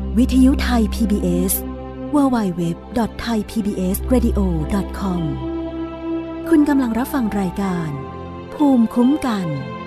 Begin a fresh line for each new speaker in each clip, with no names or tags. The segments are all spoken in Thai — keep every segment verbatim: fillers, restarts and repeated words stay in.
วิทยุไทย พี บี เอส ดับเบิลยู ดับเบิลยู ดับเบิลยู ดอท ไทย พี บี เอส เรดิโอ ดอท คอม คุณกำลังรับฟังรายการภูมิคุ้มกัน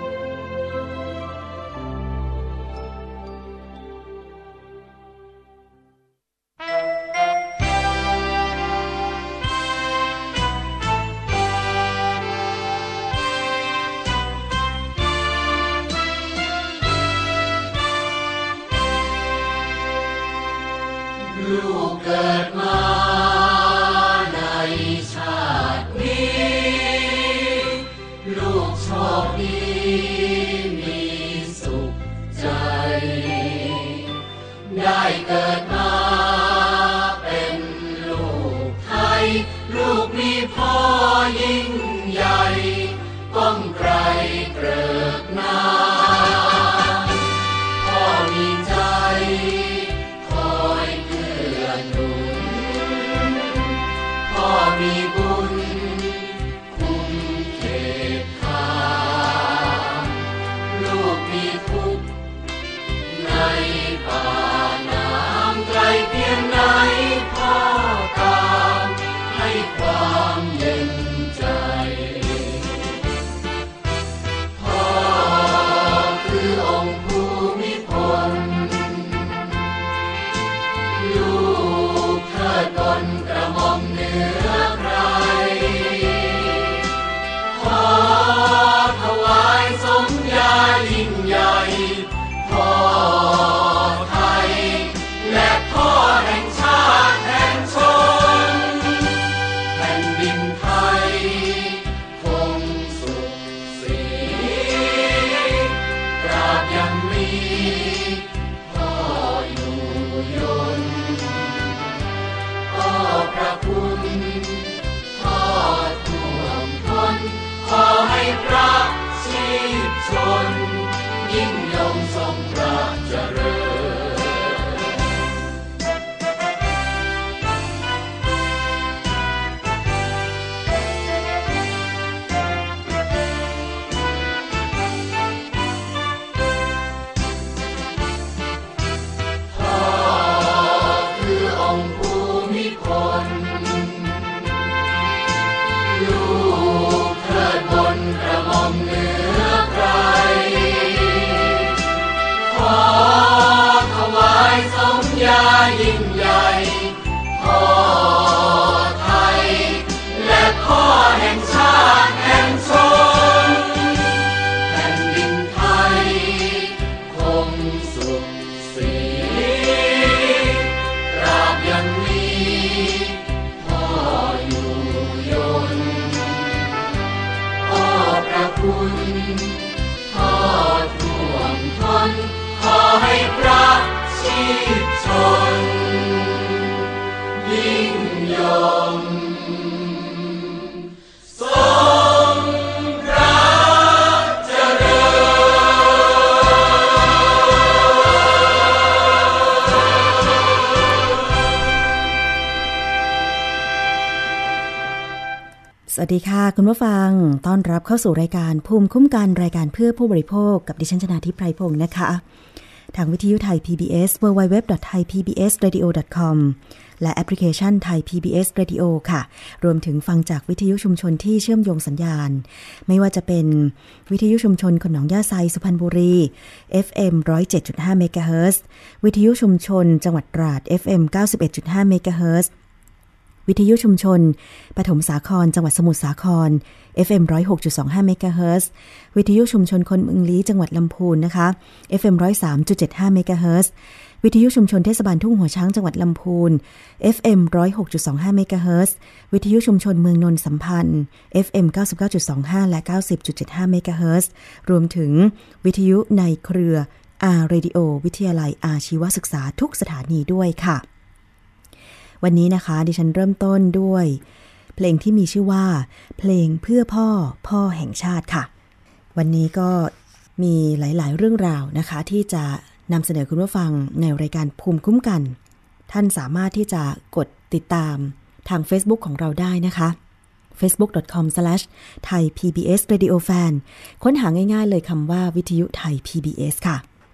สวัสดีค่ะคุณผู้ฟังต้อนรับเข้าสู่รายการภูมิคุ้มกันรายการเพื่อผู้บริโภคกับดิฉันชนาธิปไพรพงศ์นะคะทางวิทยุไทย พี บี เอส ดับเบิลยู ดับเบิลยู ดับเบิลยู ดอท ไทย พี บี เอส เรดิโอ ดอท คอม และแอปพลิเคชัน Thai พี บี เอส Radio ค่ะรวมถึงฟังจากวิทยุชุมชนที่เชื่อมโยงสัญญาณไม่ว่าจะเป็นวิทยุชุมชนคนหนองย่าไซสุพรรณบุรี เอฟ เอ็ม หนึ่งร้อยเจ็ดจุดห้า เมกะเฮิรตซ์วิทยุชุมชนจังหวัดตราด เอฟ เอ็ม เก้าสิบเอ็ดจุดห้า เมกะเฮิรตซ์วิทยุชุมชนปฐมสาครจังหวัดสมุทรสาคร เอฟ เอ็ม หนึ่งร้อยหกจุดสองห้า เมกะเฮิรตซ์วิทยุชุมชนคนเมืองลี้จังหวัดลำพูนนะคะ เอฟ เอ็ม หนึ่งร้อยสามจุดเจ็ดห้า เมกะเฮิรตซ์วิทยุชุมชนเทศบาลทุ่งหัวช้างจังหวัดลำพูน เอฟ เอ็ม หนึ่งร้อยหกจุดสองห้า เมกะเฮิรตซ์วิทยุชุมชนเมืองนนสัมพันธ์ เอฟ เอ็ม เก้าสิบเก้าจุดสองห้า และ เก้าสิบจุดเจ็ดห้า เมกะเฮิรตซ์รวมถึงวิทยุในเครือ อาร์ Radio วิทยาลัยอาชีวศึกษาทุกสถานีด้วยค่ะวันนี้นะคะดิฉันเริ่มต้นด้วยเพลงที่มีชื่อว่าเพลงเพื่อพ่อพ่อแห่งชาติค่ะวันนี้ก็มีหลายๆเรื่องราวนะคะที่จะนำเสนอคุณผู้ฟังในรายการภูมิคุ้มกันท่านสามารถที่จะกดติดตามทาง Facebook ของเราได้นะคะ เฟซบุ๊ก ดอท คอม สแลช ไทย พี บี เอส เรดิโอ แฟน ค้นหาง่ายๆเลยคำว่าวิทยุไทย พี บี เอส ค่ะ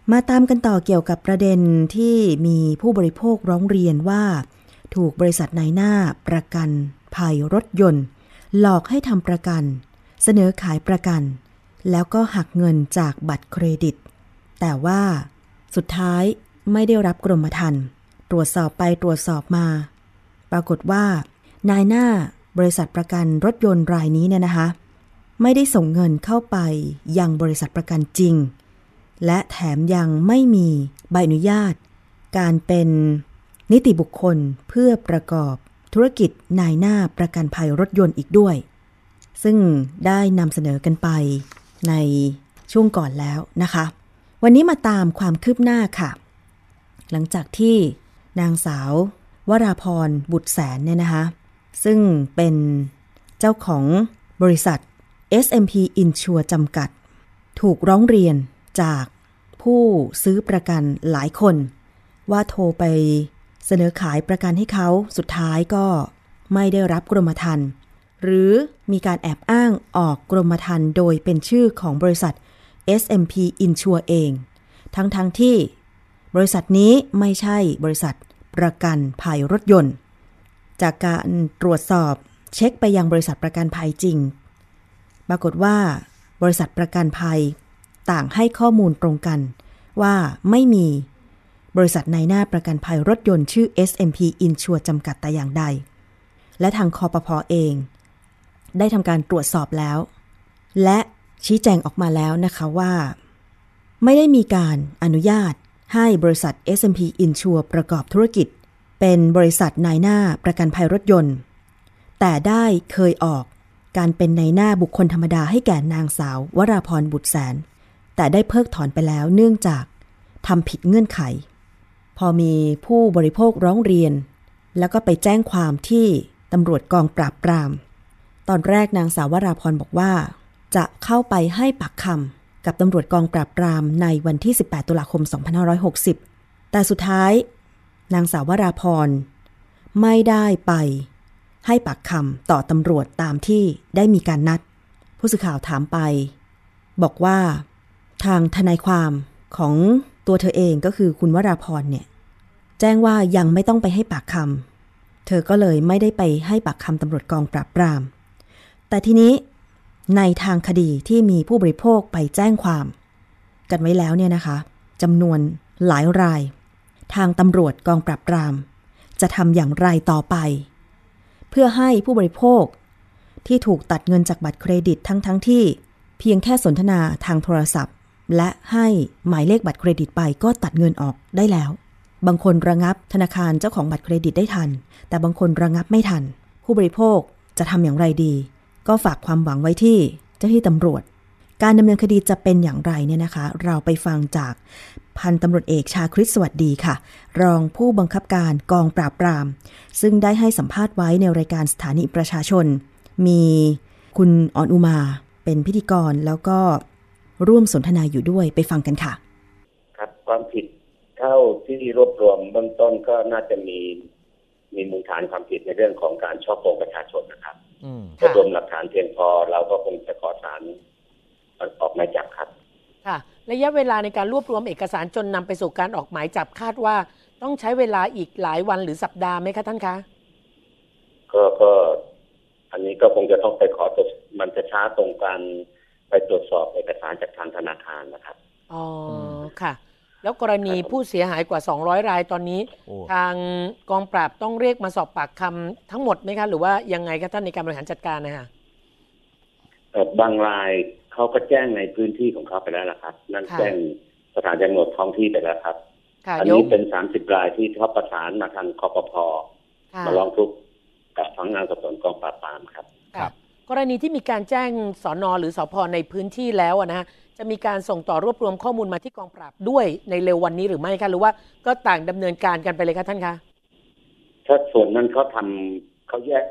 มาตามกันต่อเกี่ยวกับประเด็นที่มีผู้บริโภคร้องเรียนว่าถูกบริษัทนายหน้าประกันภัยรถยนต์หลอกให้ทำประกันเสนอขายประกันแล้วก็หักเงินจากบัตรเครดิตแต่ว่าสุดท้ายไม่ได้รับกรมธรรม์ตรวจสอบไปตรวจสอบมาปรากฏว่านายหน้าบริษัทประกันรถยนต์รายนี้เนี่ยนะคะไม่ได้ส่งเงินเข้าไปยังบริษัทประกันจริงและแถมยังไม่มีใบอนุญาตการเป็นนิติบุคคลเพื่อประกอบธุรกิจนายหน้าประกันภัยรถยนต์อีกด้วยซึ่งได้นำเสนอกันไปในช่วงก่อนแล้วนะคะวันนี้มาตามความคืบหน้าค่ะหลังจากที่นางสาววราพรบุตรแสนเนี่ยนะคะซึ่งเป็นเจ้าของบริษัท เอส เอ็ม พี Insure จำกัดถูกร้องเรียนจากผู้ซื้อประกันหลายคนว่าโทรไปเสนอขายประกันให้เขาสุดท้ายก็ไม่ได้รับกรมธรรม์หรือมีการแอบอ้างออกกรมธรรม์โดยเป็นชื่อของบริษัท เอส เอ็ม พี Insure เองทั้งๆ ท, ที่บริษัทนี้ไม่ใช่บริษัทประกันภัยรถยนต์จากการตรวจสอบเช็คไปยังบริษัทประกันภัยจริงปรากฏว่าบริษัทประกันภัยต่างให้ข้อมูลตรงกันว่าไม่มีบริษัทนายหน้าประกันภัยรถยนต์ชื่อ เอส เอ็ม พี Insure จำกัดแต่อย่างใดและทางคปภ.เองได้ทำการตรวจสอบแล้วและชี้แจงออกมาแล้วนะคะว่าไม่ได้มีการอนุญาตให้บริษัท เอส เอ็ม พี Insure ประกอบธุรกิจเป็นบริษัทนายหน้าประกันภัยรถยนต์แต่ได้เคยออกการเป็นนายหน้าบุคคลธรรมดาให้แก่นางสาววราพรบุตรแสนแต่ได้เพิกถอนไปแล้วเนื่องจากทำผิดเงื่อนไขพอมีผู้บริโภคร้องเรียนแล้วก็ไปแจ้งความที่ตำรวจกองปราบปรามตอนแรกนางสาววราพรบอกว่าจะเข้าไปให้ปากคำกับตำรวจกองปราบปรามในวันที่สิบแปดตุลาคมสองพันห้าร้อยหกสิบแต่สุดท้ายนางสาววราพรไม่ได้ไปให้ปากคำต่อตำรวจตามที่ได้มีการนัดผู้สื่อข่าวถามไปบอกว่าทางทนายความของตัวเธอเองก็คือคุณวราพรเนี่ยแจ้งว่ายังไม่ต้องไปให้ปากคำเธอก็เลยไม่ได้ไปให้ปากคำตำรวจกองปราบปรามแต่ทีนี้ในทางคดีที่มีผู้บริโภคไปแจ้งความกันไว้แล้วเนี่ยนะคะจำนวนหลายรายทางตำรวจกองปราบปรามจะทำอย่างไรต่อไปเพื่อให้ผู้บริโภคที่ถูกตัดเงินจากบัตรเครดิตทั้งทั้งที่เพียงแค่สนทนาทางโทรศัพท์และให้หมายเลขบัตรเครดิตไปก็ตัดเงินออกได้แล้วบางคนระงับธนาคารเจ้าของบัตรเครดิตได้ทันแต่บางคนระงับไม่ทันผู้บริโภคจะทำอย่างไรดีก็ฝากความหวังไว้ที่เจ้าหน้าที่ตำรวจการดำเนินคดีจะเป็นอย่างไรเนี่ยนะคะเราไปฟังจากพันตำรวจเอกชาคริตสวัสดีค่ะรองผู้บังคับการกองปราบปรามซึ่งได้ให้สัมภาษณ์ไว้ในรายการสถานีประชาชนมีคุณออนอุมาเป็นพิธีกรแล้วก็ร่วมสนทนาอยู่ด้วยไปฟังกันค่ะ
ครับความผิดเท่าที่รวบรวมเบื้องต้นก็น่าจะมีมีมูลฐานความผิดในเรื่องของการฉ้อโกงประชาชนนะครับรวบรวมหลักฐานเพียงพอเราก็คงจะขอศาลออกหมายจับครับ
ค่ะระยะเวลาในการรวบรวมเอกสารจนนำไปสู่การออกหมายจับคาดว่าต้องใช้เวลาอีกหลายวันหรือสัปดาห์ไหมคะท่านคะ
ก็ก็อันนี้ก็คงจะต้องไปขอตรวจมันจะช้าตรงการไปตรวจสอบเอกสารจากทางธนาคารนะครับ
อ๋อค่ะแล้วกรณีผู้เสียหายกว่าสองร้อยรายตอนนี้ทางกองปราบต้องเรียกมาสอบปากคำทั้งหมดไหมคะหรือว่ายังไงคะท่านในการบริหารจัดการนะคะ
บางรายเขาก็แจ้งในพื้นที่ของเขาไปแล้วล่ะครับนั่นแจ้งสถานตำรวจท้องที่ไปแล้วครับอันนี้เป็นสามสิบรายที่เขาประสานมาทางคปภ.มาร้องทุกข์กับพนักงานสอบสวนกองปราบปรามครับ
ครับกรณีที่มีการแจ้งสน.หรือสภ.ในพื้นที่แล้วนะฮะจะมีการส่งต่อรวบรวมข้อมูลมาที่กองปราบด้วยในเร็ววันนี้หรือไม่คะหรือว่าก็ต่างดำเนินการกันไปเลยคะท่านคะ
ถ้าส่วนนั้นเขาทำเขาแยก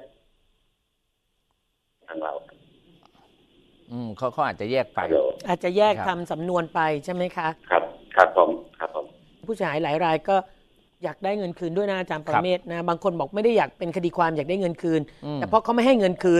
ทางเรา
อืมเขาเขาอาจจะแยกไป
อาจจะแยกทำสำนวนไปใช่ไหมคะ
ครับครับผมครับผม
ผู้เสียหายหลายรายก็อยากได้เงินคืนด้วยนะอาจารย์ปรเมศนะบางคนบอกไม่ได้อยากเป็นคดีความอยากได้เงินคืนแต่เพราะเขาไม่ให้เงินคืน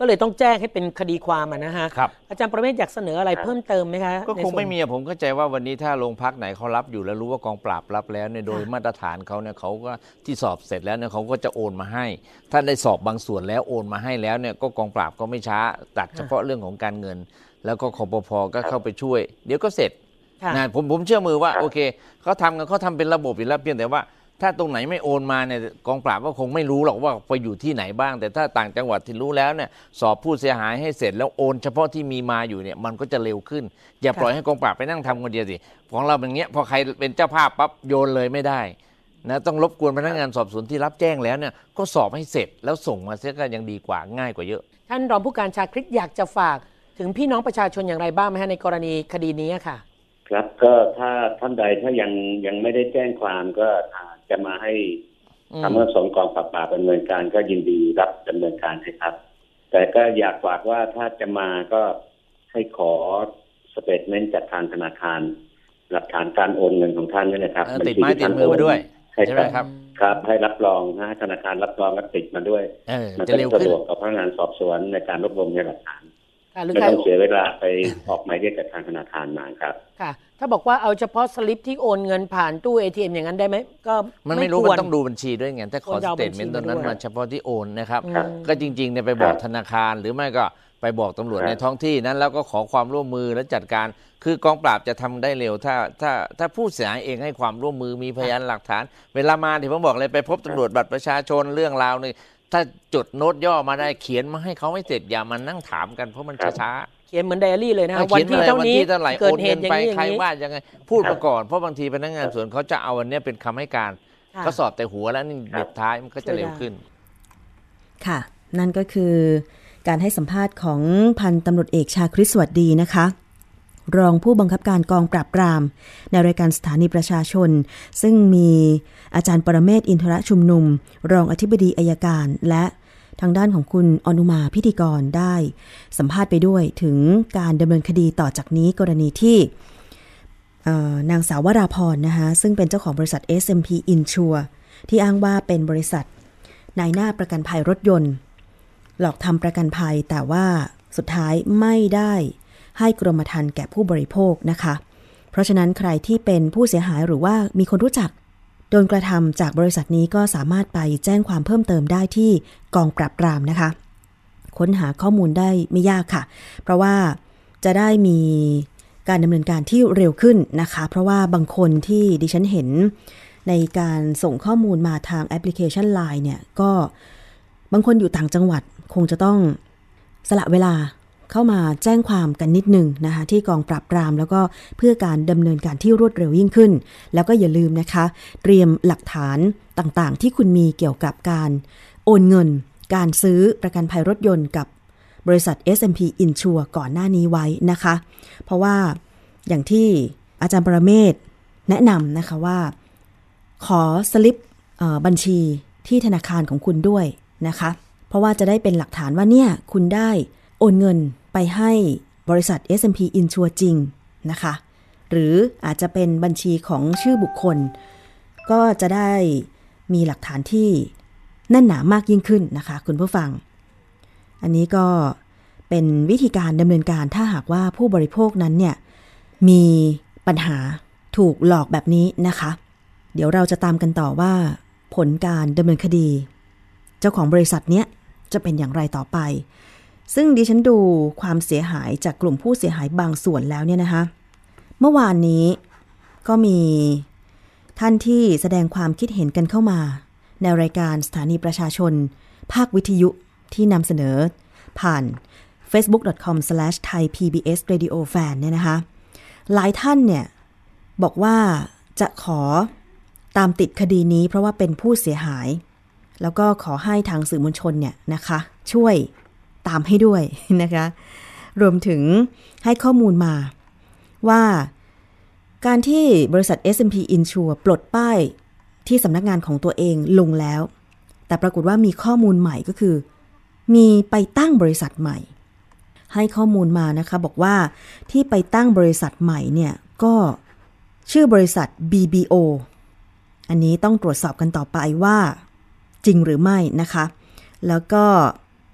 ก็เลยต้องแจ้งให้เป็นคดีความนะฮะ
ครับ
อาจารย์ประเมศอยากเสนออะไรเพิ่มเติมไหมคะ
ก็คงไม่มีผมเข้าใจว่าวันนี้ถ้าโรงพักไหนเขารับอยู่แล้วรู้ว่ากองปราบรับแล้วเนี่ยโดยมาตรฐานเขาเนี่ยเขาก็ที่สอบเสร็จแล้วเนี่ยเขาก็จะโอนมาให้ถ้าได้สอบบางส่วนแล้วโอนมาให้แล้วเนี่ยก็กองปราบก็ไม่ช้าตัดเฉพาะเรื่องของการเงินแล้วก็คปภ.ก็เข้าไปช่วยเดี๋ยวก็เสร็จนะผมผมเชื่อมือว่าโอเคเขาทำกันเขาทำเป็นระบบอยู่แล้วเพียงแต่ว่าถ้าตรงไหนไม่โอนมาเนี่ยกองปราบก็คงไม่รู้หรอกว่าไปอยู่ที่ไหนบ้างแต่ถ้าต่างจังหวัดที่รู้แล้วเนี่ยสอบผู้เสียหายให้เสร็จแล้วโอนเฉพาะที่มีมาอยู่เนี่ยมันก็จะเร็วขึ้นอย่าปล่อยให้กองปราบไปนั่งทำคนเดียวสิของเราเป็นอย่างเงี้ยพอใครเป็นเจ้าภาพปั๊บโยนเลยไม่ได้นะต้องรบกวนพนักงานสอบสวนที่รับแจ้งแล้วเนี่ยก็สอบให้เสร็จแล้วส่งมาเสียก็ยังดีกว่าง่ายกว่าเยอะ
ท่านรองผู้การชาคริตอยากจะฝากถึงพี่น้องประชาชนอย่างไรบ้างไหมฮะในกรณีคดีนี้ค่ะ
ครับก็ถ้าท่านใดถ้ายังยังไม่ได้แจ้งความก็จะมาให้ทำเมื่อสงกองปราบปรามดำเนินการก็ยินดีรับดำเนินการให้ครับแต่ก็อยากฝากว่าถ้าจะมาก็ให้ขอสเตทเมนต์จากทางธนาคารหลักฐานการโอนเงินของท่านนี่นะครับ
ติดไม้ติดมือมาด้วยใช่ไหมครับ
ครับให้รับรองนะธนาคารรับรองก็ติดมาด้วย
มันจะเร็วขึ้น
สะดวกกับพนักงานสอบสวนในการรวบรวมพยานหลักฐานไม่ต้องเสียเวลาไปออกหมายเรียกจากทางธนาคารมาครับ
ค่ะถ้าบอกว่าเอาเฉพาะสลิปที่โอนเงินผ่านตู้ เอ ที เอ็ม อย่างนั้นได้ไหมก็
มันไม่รู้มันต้องดูบัญชีด้วยไงถ้าขอสเตทเมนต์ตรงนั้นมาเฉพาะที่โอนนะครับก็จริงๆเนี่ยไปบอกธนาคารหรือไม่ก็ไปบอกตำรวจในท้องที่นั้นแล้วก็ขอความร่วมมือและจัดการคือกองปราบจะทำได้เร็วถ้าถ้าถ้าผู้เสียหายเองให้ความร่วมมือมีพยานหลักฐานเวลามาที่ผมบอกเลยไปพบตำรวจบัตรประชาชนเรื่องราวนี่ถ้าจดโน้ตย่อมาได้เขียนมาให้เขาไม่เสร็จอย่ามานั่งถามกันเพราะมันช้า
เขียนเหมือนไดอารี่เลยนะวันที่เท่านี้
เกิดเหตุอย่างนี้ใครว่ายังไงพูดมาก่อนเพราะบางทีพนักงานสวนเขาจะเอาวันนี้เป็นคำให้การเขาสอบแต่หัวแล้วนี่เด็ดท้ายมันก็จะเร็วขึ้น
ค่ะนั่นก็คือการให้สัมภาษณ์ของพันตำรวจเอกชาคริตสวัสดีนะคะรองผู้บังคับการกองปราบปรามในรายการสถานีประชาชนซึ่งมีอาจารย์ปรเมศวร์อินทรชุมนุมรองอธิบดีอัยการและทางด้านของคุณอนุมาพิธีกรได้สัมภาษณ์ไปด้วยถึงการดำเนินคดีต่อจากนี้กรณีที่นางสาววราพรนะคะซึ่งเป็นเจ้าของบริษัท เอส เอ็ม พี Insure ที่อ้างว่าเป็นบริษัทนายหน้าประกันภัยรถยนต์หลอกทำประกันภัยแต่ว่าสุดท้ายไม่ได้ให้กรมธรรม์แก่ผู้บริโภคนะคะเพราะฉะนั้นใครที่เป็นผู้เสียหายหรือว่ามีคนรู้จักโดนกระทำจากบริษัทนี้ก็สามารถไปแจ้งความเพิ่มเติมได้ที่กองปราบปรามนะคะค้นหาข้อมูลได้ไม่ยากค่ะเพราะว่าจะได้มีการดำเนินการที่เร็วขึ้นนะคะเพราะว่าบางคนที่ดิฉันเห็นในการส่งข้อมูลมาทางแอปพลิเคชัน ไลน์ เนี่ยก็บางคนอยู่ต่างจังหวัดคงจะต้องสละเวลาเข้ามาแจ้งความกันนิดนึงนะคะที่กองปราบปรามแล้วก็เพื่อการดำเนินการที่รวดเร็วยิ่งขึ้นแล้วก็อย่าลืมนะคะเตรียมหลักฐานต่างๆที่คุณมีเกี่ยวกับการโอนเงินการซื้อประกันภัยรถยนต์กับบริษัท เอส เอ็ม พี Insure ก่อนหน้านี้ไว้นะคะเพราะว่าอย่างที่อาจารย์ปรเมศวร์แนะนำนะคะว่าขอสลิปบัญชีที่ธนาคารของคุณด้วยนะคะเพราะว่าจะได้เป็นหลักฐานว่าเนี่ยคุณได้โอนเงินไปให้บริษัท เอส เอ็ม พี Insure จริงนะคะหรืออาจจะเป็นบัญชีของชื่อบุคคลก็จะได้มีหลักฐานที่แน่นหนามากยิ่งขึ้นนะคะคุณผู้ฟังอันนี้ก็เป็นวิธีการดำเนินการถ้าหากว่าผู้บริโภคนั้นเนี่ยมีปัญหาถูกหลอกแบบนี้นะคะเดี๋ยวเราจะตามกันต่อว่าผลการดำเนินคดีเจ้าของบริษัทเนี้ยจะเป็นอย่างไรต่อไปซึ่งดิฉันดูความเสียหายจากกลุ่มผู้เสียหายบางส่วนแล้วเนี่ยนะคะเมื่อวานนี้ก็มีท่านที่แสดงความคิดเห็นกันเข้ามาในรายการสถานีประชาชนภาควิทยุที่นำเสนอผ่าน เฟซบุ๊ก ดอท คอม สแลช ไทย พี บี เอส เรดิโอ แฟน เนี่ยนะคะหลายท่านเนี่ยบอกว่าจะขอตามติดคดีนี้เพราะว่าเป็นผู้เสียหายแล้วก็ขอให้ทางสื่อมวลชนเนี่ยนะคะช่วยตามให้ด้วยนะคะรวมถึงให้ข้อมูลมาว่าการที่บริษัท เอส เอ็ม พี Insure ปลดป้ายที่สำนักงานของตัวเองลงแล้วแต่ปรากฏว่ามีข้อมูลใหม่ก็คือมีไปตั้งบริษัทใหม่ให้ข้อมูลมานะคะบอกว่าที่ไปตั้งบริษัทใหม่เนี่ยก็ชื่อบริษัท บี บี โอ อันนี้ต้องตรวจสอบกันต่อไปว่าจริงหรือไม่นะคะแล้วก็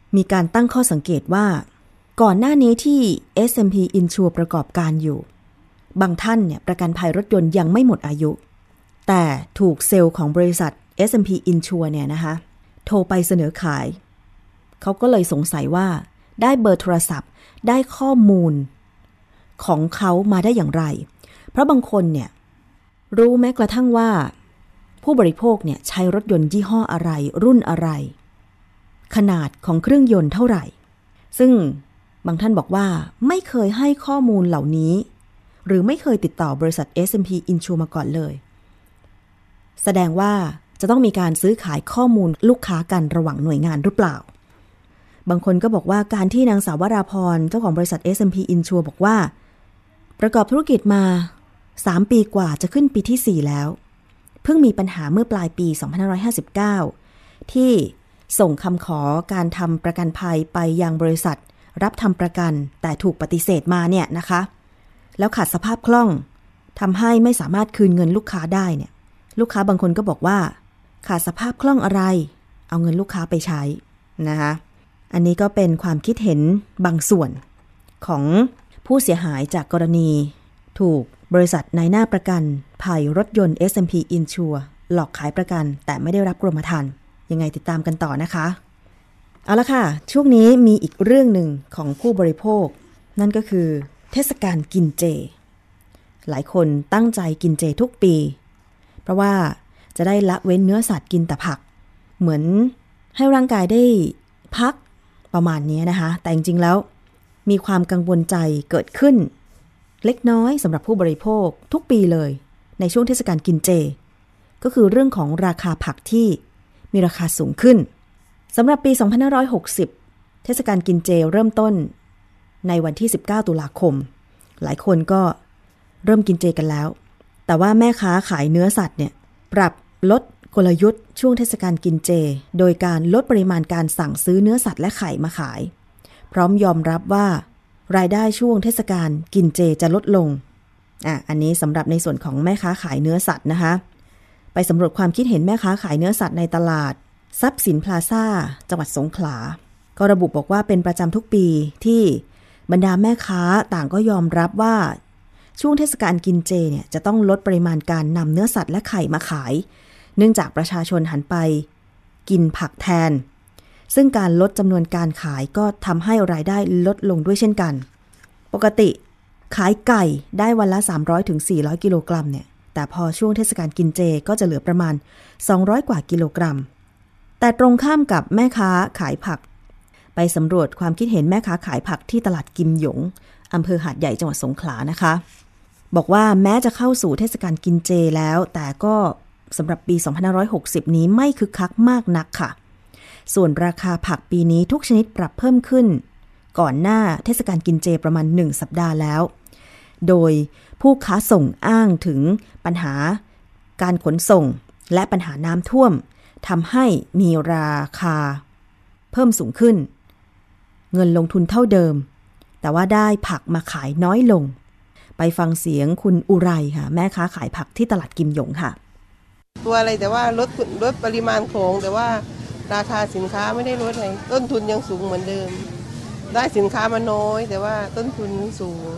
มีการตั้งข้อสังเกตว่าก่อนหน้านี้ที่ เอส เอ็ม พี Insure ประกอบการอยู่บางท่านเนี่ยประกันภัยรถยนต์ยังไม่หมดอายุแต่ถูกเซลล์ของบริษัท เอส เอ็ม พี Insure เนี่ยนะคะโทรไปเสนอขายเขาก็เลยสงสัยว่าได้เบอร์โทรศัพท์ได้ข้อมูลของเขามาได้อย่างไรเพราะบางคนเนี่ยรู้แม้กระทั่งว่าผู้บริโภคเนี่ยใช้รถยนต์ยี่ห้ออะไรรุ่นอะไรขนาดของเครื่องยนต์เท่าไหร่ซึ่งบางท่านบอกว่าไม่เคยให้ข้อมูลเหล่านี้หรือไม่เคยติดต่อบริษัท เอส เอ็ม พี Insure มาก่อนเลยแสดงว่าจะต้องมีการซื้อขายข้อมูลลูกค้ากันระหว่างหน่วยงานหรือเปล่าบางคนก็บอกว่าการที่นางสาววราพรเจ้าของบริษัท เอส เอ็ม พี Insure บอกว่าประกอบธุรกิจมาสามปีกว่าจะขึ้นปีที่สี่แล้วเพิ่งมีปัญหาเมื่อปลายปีสองพันห้าร้อยห้าสิบเก้าที่ส่งคำขอการทำประกันภัยไปยังบริษัทรับทำประกันแต่ถูกปฏิเสธมาเนี่ยนะคะแล้วขาดสภาพคล่องทำให้ไม่สามารถคืนเงินลูกค้าได้เนี่ยลูกค้าบางคนก็บอกว่าขาดสภาพคล่องอะไรเอาเงินลูกค้าไปใช้นะคะอันนี้ก็เป็นความคิดเห็นบางส่วนของผู้เสียหายจากกรณีถูกบริษัทนายหน้าประกันภัยรถยนต์ เอส เอ็ม พี Insure หลอกขายประกันแต่ไม่ได้รับกรมธรรม์ยังไงติดตามกันต่อนะคะเอาละค่ะช่วงนี้มีอีกเรื่องหนึ่งของผู้บริโภคนั่นก็คือเทศกาลกินเจหลายคนตั้งใจกินเจทุกปีเพราะว่าจะได้ละเว้นเนื้อสัตว์กินแต่ผักเหมือนให้ร่างกายได้พักประมาณนี้นะคะแต่จริงๆแล้วมีความกังวลใจเกิดขึ้นเล็กน้อยสำหรับผู้บริโภคทุกปีเลยในช่วงเทศกาลกินเจก็คือเรื่องของราคาผักที่มีราคาสูงขึ้นสำหรับปีสองพันห้าร้อยหกสิบเทศกาลกินเจเริ่มต้นในวันที่สิบเก้าตุลาคมหลายคนก็เริ่มกินเจกันแล้วแต่ว่าแม่ค้าขายเนื้อสัตว์เนี่ยปรับลดกลยุทธ์ช่วงเทศกาลกินเจโดยการลดปริมาณการสั่งซื้อเนื้อสัตว์และไข่มาขายพร้อมยอมรับว่ารายได้ช่วงเทศกาลกินเจจะลดลงอ่ะอันนี้สำหรับในส่วนของแม่ค้าขายเนื้อสัตว์นะคะไปสำรวจความคิดเห็นแม่ค้าขายเนื้อสัตว์ในตลาดทรัพย์สินพลาซ่าจังหวัดสงขลาก็ระบุบอกว่าเป็นประจำทุกปีที่บรรดาแม่ค้าต่างก็ยอมรับว่าช่วงเทศกาลกินเจเนี่ยจะต้องลดปริมาณการนำเนื้อสัตว์และไข่มาขายเนื่องจากประชาชนหันไปกินผักแทนซึ่งการลดจำนวนการขายก็ทำให้รายได้ลดลงด้วยเช่นกันปกติขายไก่ได้วันละ สามร้อยถึงสี่ร้อย กิโลกรัมเนี่ยแต่พอช่วงเทศกาลกินเจก็จะเหลือประมาณสองร้อยกว่ากิโลกรัมแต่ตรงข้ามกับแม่ค้าขายผักไปสำรวจความคิดเห็นแม่ค้าขายผักที่ตลาดกิมหยงอำเภอหาดใหญ่จังหวัดสงขลานะคะบอกว่าแม้จะเข้าสู่เทศกาลกินเจแล้วแต่ก็สำหรับปีสองพันห้าร้อยหกสิบนี้ไม่คึกคักมากนักค่ะส่วนราคาผักปีนี้ทุกชนิดปรับเพิ่มขึ้นก่อนหน้าเทศกาลกินเจประมาณหนึ่งสัปดาห์แล้วโดยผู้ค้าส่งอ้างถึงปัญหาการขนส่งและปัญหาน้ำท่วมทำให้มีราคาเพิ่มสูงขึ้นเงินลงทุนเท่าเดิมแต่ว่าได้ผักมาขายน้อยลงไปฟังเสียงคุณอุไรค่ะแม่ค้าขายผักที่ตลาดกิมหยงค่ะ
ตัวอะไรแต่ว่าลดลดปริมาณของแต่ว่าราคาสินค้าไม่ได้ลดเลยต้นทุนยังสูงเหมือนเดิมได้สินค้ามาน้อยแต่ว่าต้นทุนสูง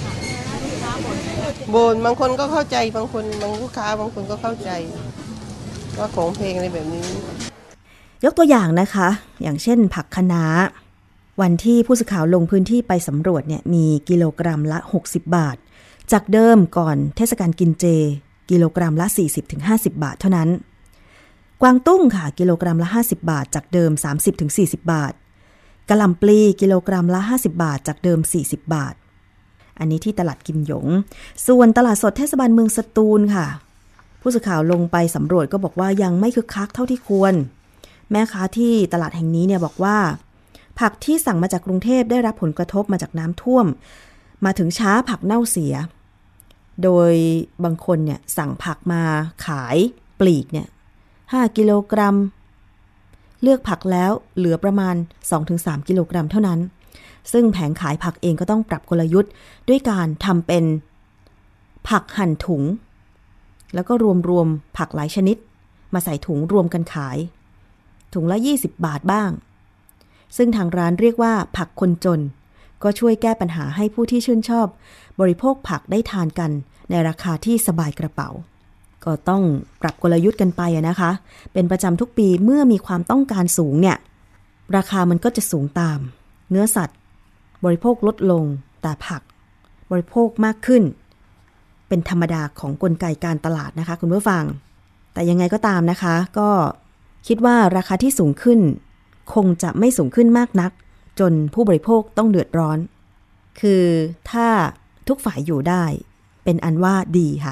บ่นบางคนก็เข้าใจบางคนบางลูกค้าบางคนก็เข้าใจว่าของแพงอะไรแบบนี้
ยกตัวอย่างนะคะอย่างเช่นผักคะน้าวันที่ผู้สื่อข่าวลงพื้นที่ไปสำรวจเนี่ยมีกิโลกรัมละหกสิบบาทจากเดิมก่อนเทศกาลกินเจกิโลกรัมละ สี่สิบถึงห้าสิบ บาทเท่านั้นกวางตุ้งค่ะกิโลกรัมละห้าสิบบาทจากเดิม สามสิบถึงสี่สิบ บาทกะหล่ำปลีกิโลกรัมละห้าสิบบาทจากเดิมสี่สิบบาทอันนี้ที่ตลาดกิมหยงส่วนตลาดสดเทศบาลเมืองสตูลค่ะผู้สื่อข่าวลงไปสำรวจก็บอกว่ายังไม่คึกคักเท่าที่ควรแม่ค้าที่ตลาดแห่งนี้เนี่ยบอกว่าผักที่สั่งมาจากกรุงเทพได้รับผลกระทบมาจากน้ำท่วมมาถึงช้าผักเน่าเสียโดยบางคนเนี่ยสั่งผักมาขายปลีกเนี่ยห้ากิโลกรัมเลือกผักแล้วเหลือประมาณ สองถึงสาม กิโลกรัมเท่านั้นซึ่งแผงขายผักเองก็ต้องปรับกลยุทธ์ด้วยการทำเป็นผักหั่นถุงแล้วก็รวมๆผักหลายชนิดมาใส่ถุงรวมกันขายถุงละยี่สิบบาทบ้างซึ่งทางร้านเรียกว่าผักคนจนก็ช่วยแก้ปัญหาให้ผู้ที่ชื่นชอบบริโภคผักได้ทานกันในราคาที่สบายกระเป๋าก็ต้องปรับกลยุทธ์กันไปนะคะเป็นประจำทุกปีเมื่อมีความต้องการสูงเนี่ยราคามันก็จะสูงตามเนื้อสัตว์บริโภคลดลงแต่ผักบริโภคมากขึ้นเป็นธรรมดาของกลไกการตลาดนะคะคุณผู้ฟังแต่ยังไงก็ตามนะคะก็คิดว่าราคาที่สูงขึ้นคงจะไม่สูงขึ้นมากนักจนผู้บริโภคต้องเดือดร้อนคือถ้าทุกฝ่ายอยู่ได้เป็นอันว่าดีค่ะ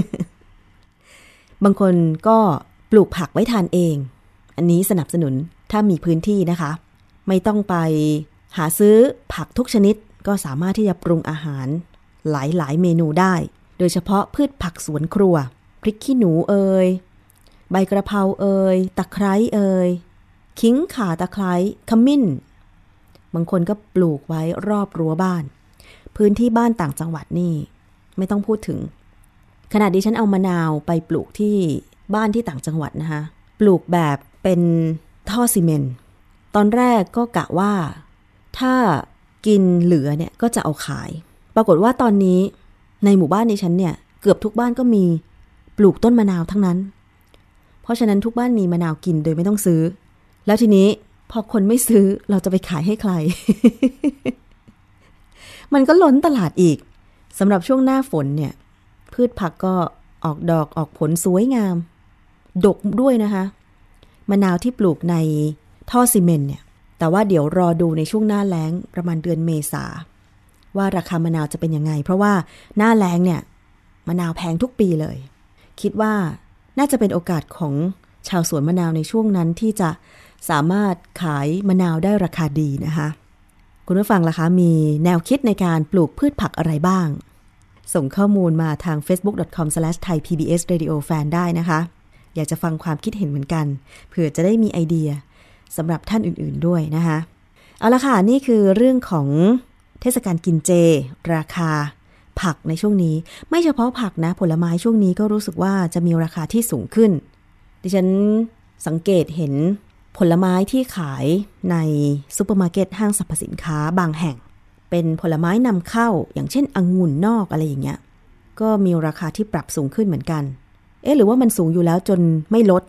บางคนก็ปลูกผักไว้ทานเองอันนี้สนับสนุนถ้ามีพื้นที่นะคะไม่ต้องไปหาซื้อผักทุกชนิดก็สามารถที่จะปรุงอาหารหลายๆเมนูได้โดยเฉพาะพืชผักสวนครัวพริกขี้หนูเอ่ยใบกระเพราเอ่ยตะไคร้เอ่ยขิงข่าตะไคร้ขมิ้นบางคนก็ปลูกไว้รอบรั้วบ้านพื้นที่บ้านต่างจังหวัดนี่ไม่ต้องพูดถึงขณะดิฉันเอามะนาวไปปลูกที่บ้านที่ต่างจังหวัดนะคะปลูกแบบเป็นท่อซีเมนต์ตอนแรกก็กะว่าถ้ากินเหลือเนี่ยก็จะเอาขายปรากฏว่าตอนนี้ในหมู่บ้านดิฉันเนี่ยเกือบทุกบ้านก็มีปลูกต้นมะนาวทั้งนั้นเพราะฉะนั้นทุกบ้านมีมะนาวกินโดยไม่ต้องซื้อแล้วทีนี้พอคนไม่ซื้อเราจะไปขายให้ใคร มันก็ล้นตลาดอีกสำหรับช่วงหน้าฝนเนี่ยพืชผักก็ออกดอกออกผลสวยงามดกด้วยนะคะมะนาวที่ปลูกในท่อซีเมนต์เนี่ยแต่ว่าเดี๋ยวรอดูในช่วงหน้าแล้งประมาณเดือนเมษาว่าราคามะนาวจะเป็นยังไงเพราะว่าหน้าแล้งเนี่ยมะนาวแพงทุกปีเลยคิดว่าน่าจะเป็นโอกาสของชาวสวนมะนาวในช่วงนั้นที่จะสามารถขายมะนาวได้ราคาดีนะคะคุณผู้ฟังล่ะคะมีแนวคิดในการปลูกพืชผักอะไรบ้างส่งข้อมูลมาทาง เฟซบุ๊ก ดอท คอม สแลช ไทย พี บี เอส เรดิโอ แฟน ได้นะคะอยากจะฟังความคิดเห็นเหมือนกันเผื่อจะได้มีไอเดียสำหรับท่านอื่นๆด้วยนะคะเอาละค่ะนี่คือเรื่องของเทศกาลกินเจราคาผักในช่วงนี้ไม่เฉพาะผักนะผลไม้ช่วงนี้ก็รู้สึกว่าจะมีราคาที่สูงขึ้นดิฉันสังเกตเห็นผลไม้ที่ขายในซุปเปอร์มาร์เก็ตห้างสรรพสินค้าบางแห่งเป็นผลไม้นำเข้าอย่างเช่นองุ่นนอกอะไรอย่างเงี้ยก็มีราคาที่ปรับสูงขึ้นเหมือนกันเอ๊ะหรือว่ามันสูงอยู่แล้วจนไม่ลด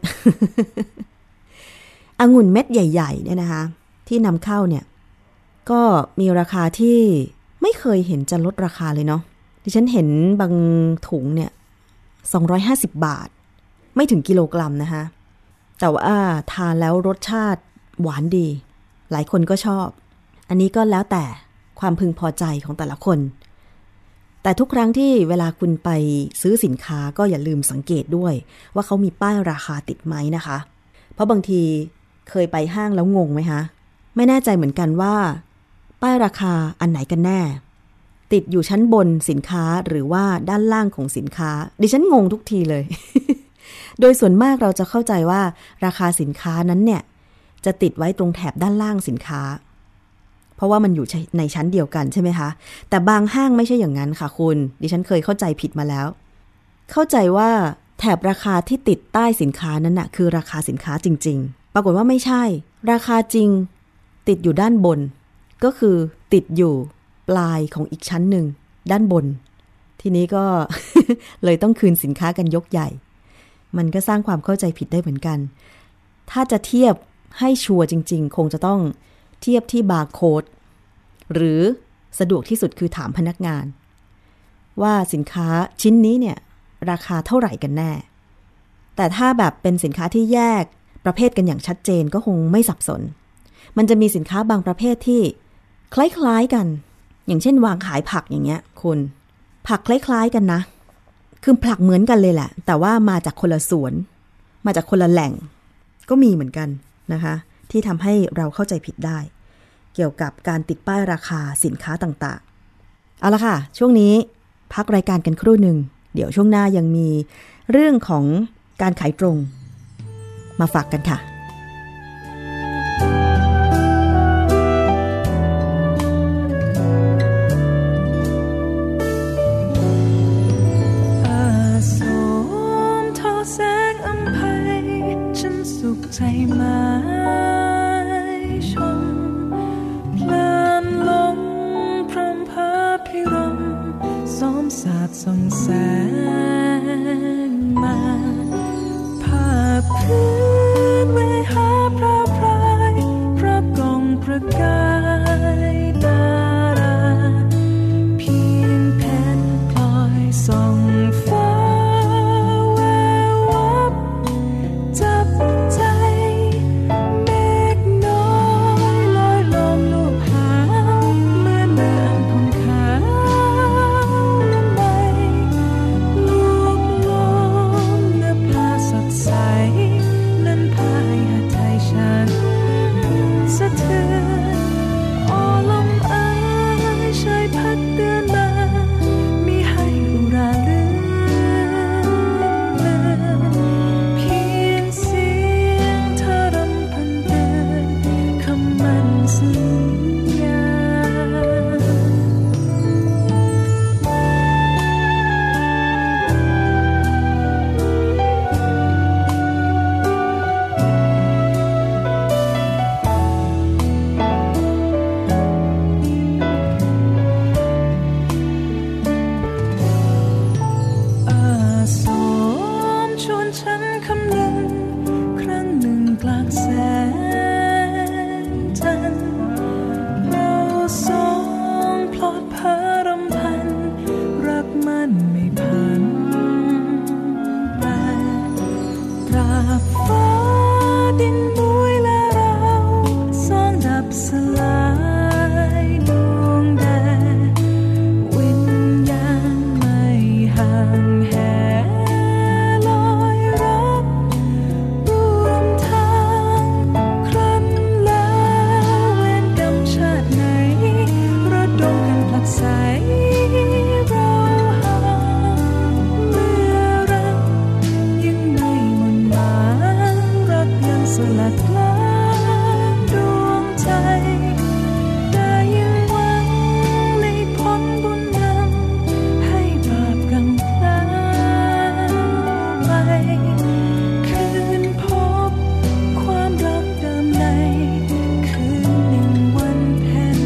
องุ่นเม็ดใหญ่ๆเนี่ยนะคะที่นำเข้าเนี่ยก็มีราคาที่ไม่เคยเห็นจะลดราคาเลยเนาะดิฉันเห็นบางถุงเนี่ยสองร้อยห้าสิบบาทไม่ถึงกิโลกรัมนะคะแต่ว่าทานแล้วรสชาติหวานดีหลายคนก็ชอบอันนี้ก็แล้วแต่ความพึงพอใจของแต่ละคนแต่ทุกครั้งที่เวลาคุณไปซื้อสินค้าก็อย่าลืมสังเกตด้วยว่าเขามีป้ายราคาติดไหมนะคะเพราะบางทีเคยไปห้างแล้วงงไหมคะไม่แน่ใจเหมือนกันว่าป้ายราคาอันไหนกันแน่ติดอยู่ชั้นบนสินค้าหรือว่าด้านล่างของสินค้าดิฉันงงทุกทีเลย โดยส่วนมากเราจะเข้าใจว่าราคาสินค้านั้นเนี่ยจะติดไว้ตรงแถบด้านล่างสินค้าเพราะว่ามันอยู่ในชั้นเดียวกันใช่ไหมคะแต่บางห้างไม่ใช่อย่างนั้นค่ะคุณดิฉันเคยเข้าใจผิดมาแล้วเข้าใจว่าแถบราคาที่ติดใต้สินค้านั้นน่ะคือราคาสินค้าจริงๆปรากฏว่าไม่ใช่ราคาจริงติดอยู่ด้านบนก็คือติดอยู่ปลายของอีกชั้นหนึ่งด้านบนทีนี้ก็ เลยต้องคืนสินค้ากันยกใหญ่มันก็สร้างความเข้าใจผิดได้เหมือนกันถ้าจะเทียบให้ชัวร์จริงๆคงจะต้องเทียบที่บาร์โค้ดหรือสะดวกที่สุดคือถามพนักงานว่าสินค้าชิ้นนี้เนี่ยราคาเท่าไหร่กันแน่แต่ถ้าแบบเป็นสินค้าที่แยกประเภทกันอย่างชัดเจนก็คงไม่สับสนมันจะมีสินค้าบางประเภทที่คล้ายๆกันอย่างเช่นวางขายผักอย่างเงี้ยคุณผักคล้ายๆกันนะคือผักเหมือนกันเลยแหละแต่ว่ามาจากคนละสวนมาจากคนละแหล่งก็มีเหมือนกันนะคะที่ทำให้เราเข้าใจผิดได้เกี่ยวกับการติดป้ายราคาสินค้าต่างๆเอาละค่ะช่วงนี้พักรายการกันครู่หนึ่งเดี๋ยวช่วงหน้ายังมีเรื่องของการขายตรงมาฝากกันค่ะ
ใจหมายชมส่องแสงมาภาพพื้นไว้หาพระพรายพระกองประกายดาราเพียงเพชรพลอยส่องฟ้าแวววับจับใจเมฆน้อยลอยลมลูกหาวเหมือนเดือนพงขาวละไมลูกลมเนื้อผ้าสดใสนั้นพายหาไทยฉันสะเทือนโอลมเอ่ยชายพัดเตือนมามีให้อุราเลือนเลือนเพียงเสียงเธอรำพันเตือนคำมั่นสัญญาอาสมชวนฉันคำนึงครั้งหนึ่งกลางแสงจันทร์เราสองพลอดเพอรำพันรักมันไม่พันแปรตราบฟ้าดินมุ้ยและเราสองดับสลายดวงแดดวิญญาณไม่ห่างแหลอยรักร่วมทางครั้นแล้วเวรกรรมชาติไหนระดมกันผลักไสเราห่างเมื่อรักยังไม่หม่นหมายรักยังสลัดกลางดวงใจแต่ยังหวังในผลบุญนำให้บาปกำพร้าไปคืนพบความรักเดิมในคืนหนึ่งวันเพ็ญ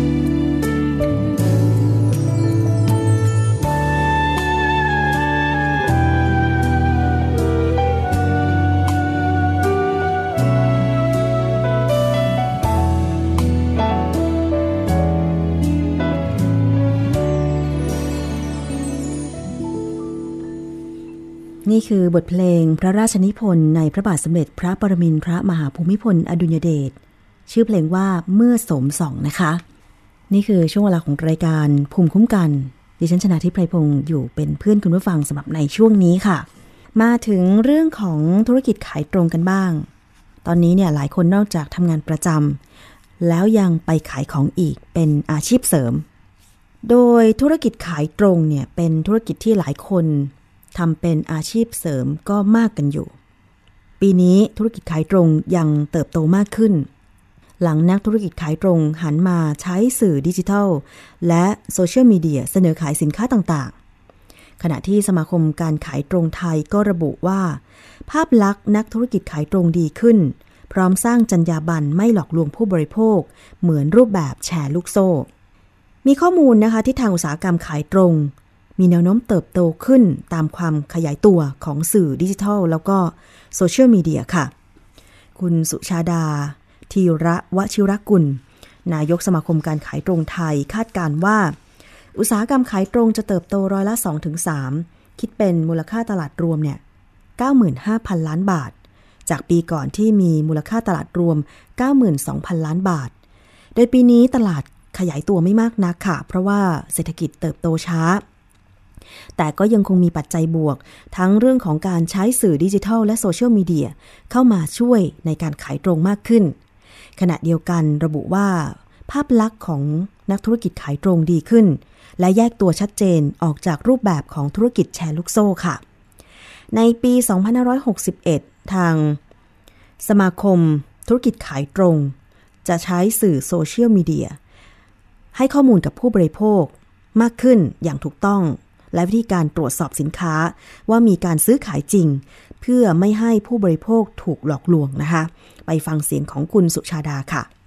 นี่คือบทเพลงพระราชนิพนธ์ในพระบาทสมเด็จพระปรมินทรมหาภูมิพลอดุลยเดชชื่อเพลงว่าเมื่อโสมส่องนะคะนี่คือช่วงเวลาของรายการภูมิคุ้มกันดิฉันชนาธิปไพพงศ์อยู่เป็นเพื่อนคุณผู้ฟังสำหรับในช่วงนี้ค่ะมาถึงเรื่องของธุรกิจขายตรงกันบ้างตอนนี้เนี่ยหลายคนนอกจากทำงานประจำแล้วยังไปขายของอีกเป็นอาชีพเสริมโดยธุรกิจขายตรงเนี่ยเป็นธุรกิจที่หลายคนทำเป็นอาชีพเสริมก็มากกันอยู่ปีนี้ธุรกิจขายตรงยังเติบโตมากขึ้นหลังนักธุรกิจขายตรงหันมาใช้สื่อดิจิทัลและโซเชียลมีเดียเสนอขายสินค้าต่างๆขณะที่สมาคมการขายตรงไทยก็ระบุว่าภาพลักษณ์นักธุรกิจขายตรงดีขึ้นพร้อมสร้างจรรยาบรรณไม่หลอกลวงผู้บริโภคเหมือนรูปแบบแชร์ลูกโซ่มีข้อมูลนะคะที่ทางอุตสาหกรรมขายตรงมีแนวโน้มเติบโตขึ้นตามความขยายตัวของสื่อดิจิทัลแล้วก็โซเชียลมีเดียค่ะคุณสุชาดาธีระวชิรกุลนายกสมาคมการขายตรงไทยคาดการณ์ว่าอุตสาหกรรมขายตรงจะเติบโตร้อยละ สองถึงสาม คิดเป็นมูลค่าตลาดรวมเนี่ย เก้าหมื่นห้าพัน ล้านบาทจากปีก่อนที่มีมูลค่าตลาดรวม เก้าหมื่นสองพัน ล้านบาทโดยปีนี้ตลาดขยายตัวไม่มากนักค่ะเพราะว่าเศรษฐกิจเติบโตช้าแต่ก็ยังคงมีปัจจัยบวกทั้งเรื่องของการใช้สื่อดิจิทัลและโซเชียลมีเดียเข้ามาช่วยในการขายตรงมากขึ้นขณะเดียวกันระบุว่าภาพลักษณ์ของนักธุรกิจขายตรงดีขึ้นและแยกตัวชัดเจนออกจากรูปแบบของธุรกิจแชร์ลูกโซ่ค่ะในปี สองพันห้าร้อยหกสิบเอ็ด ทางสมาคมธุรกิจขายตรงจะใช้สื่อโซเชียลมีเดียให้ข้อมูลกับผู้บริโภคมากขึ้นอย่างถูกต้องและวิธีการตรวจสอบสินค้าว่ามีการซื้อขายจริงเพื่อไม่ให้ผู้บริโภคถูกหลอกลวงนะคะไปฟังเสียงของคุณสุชาดาค่ะ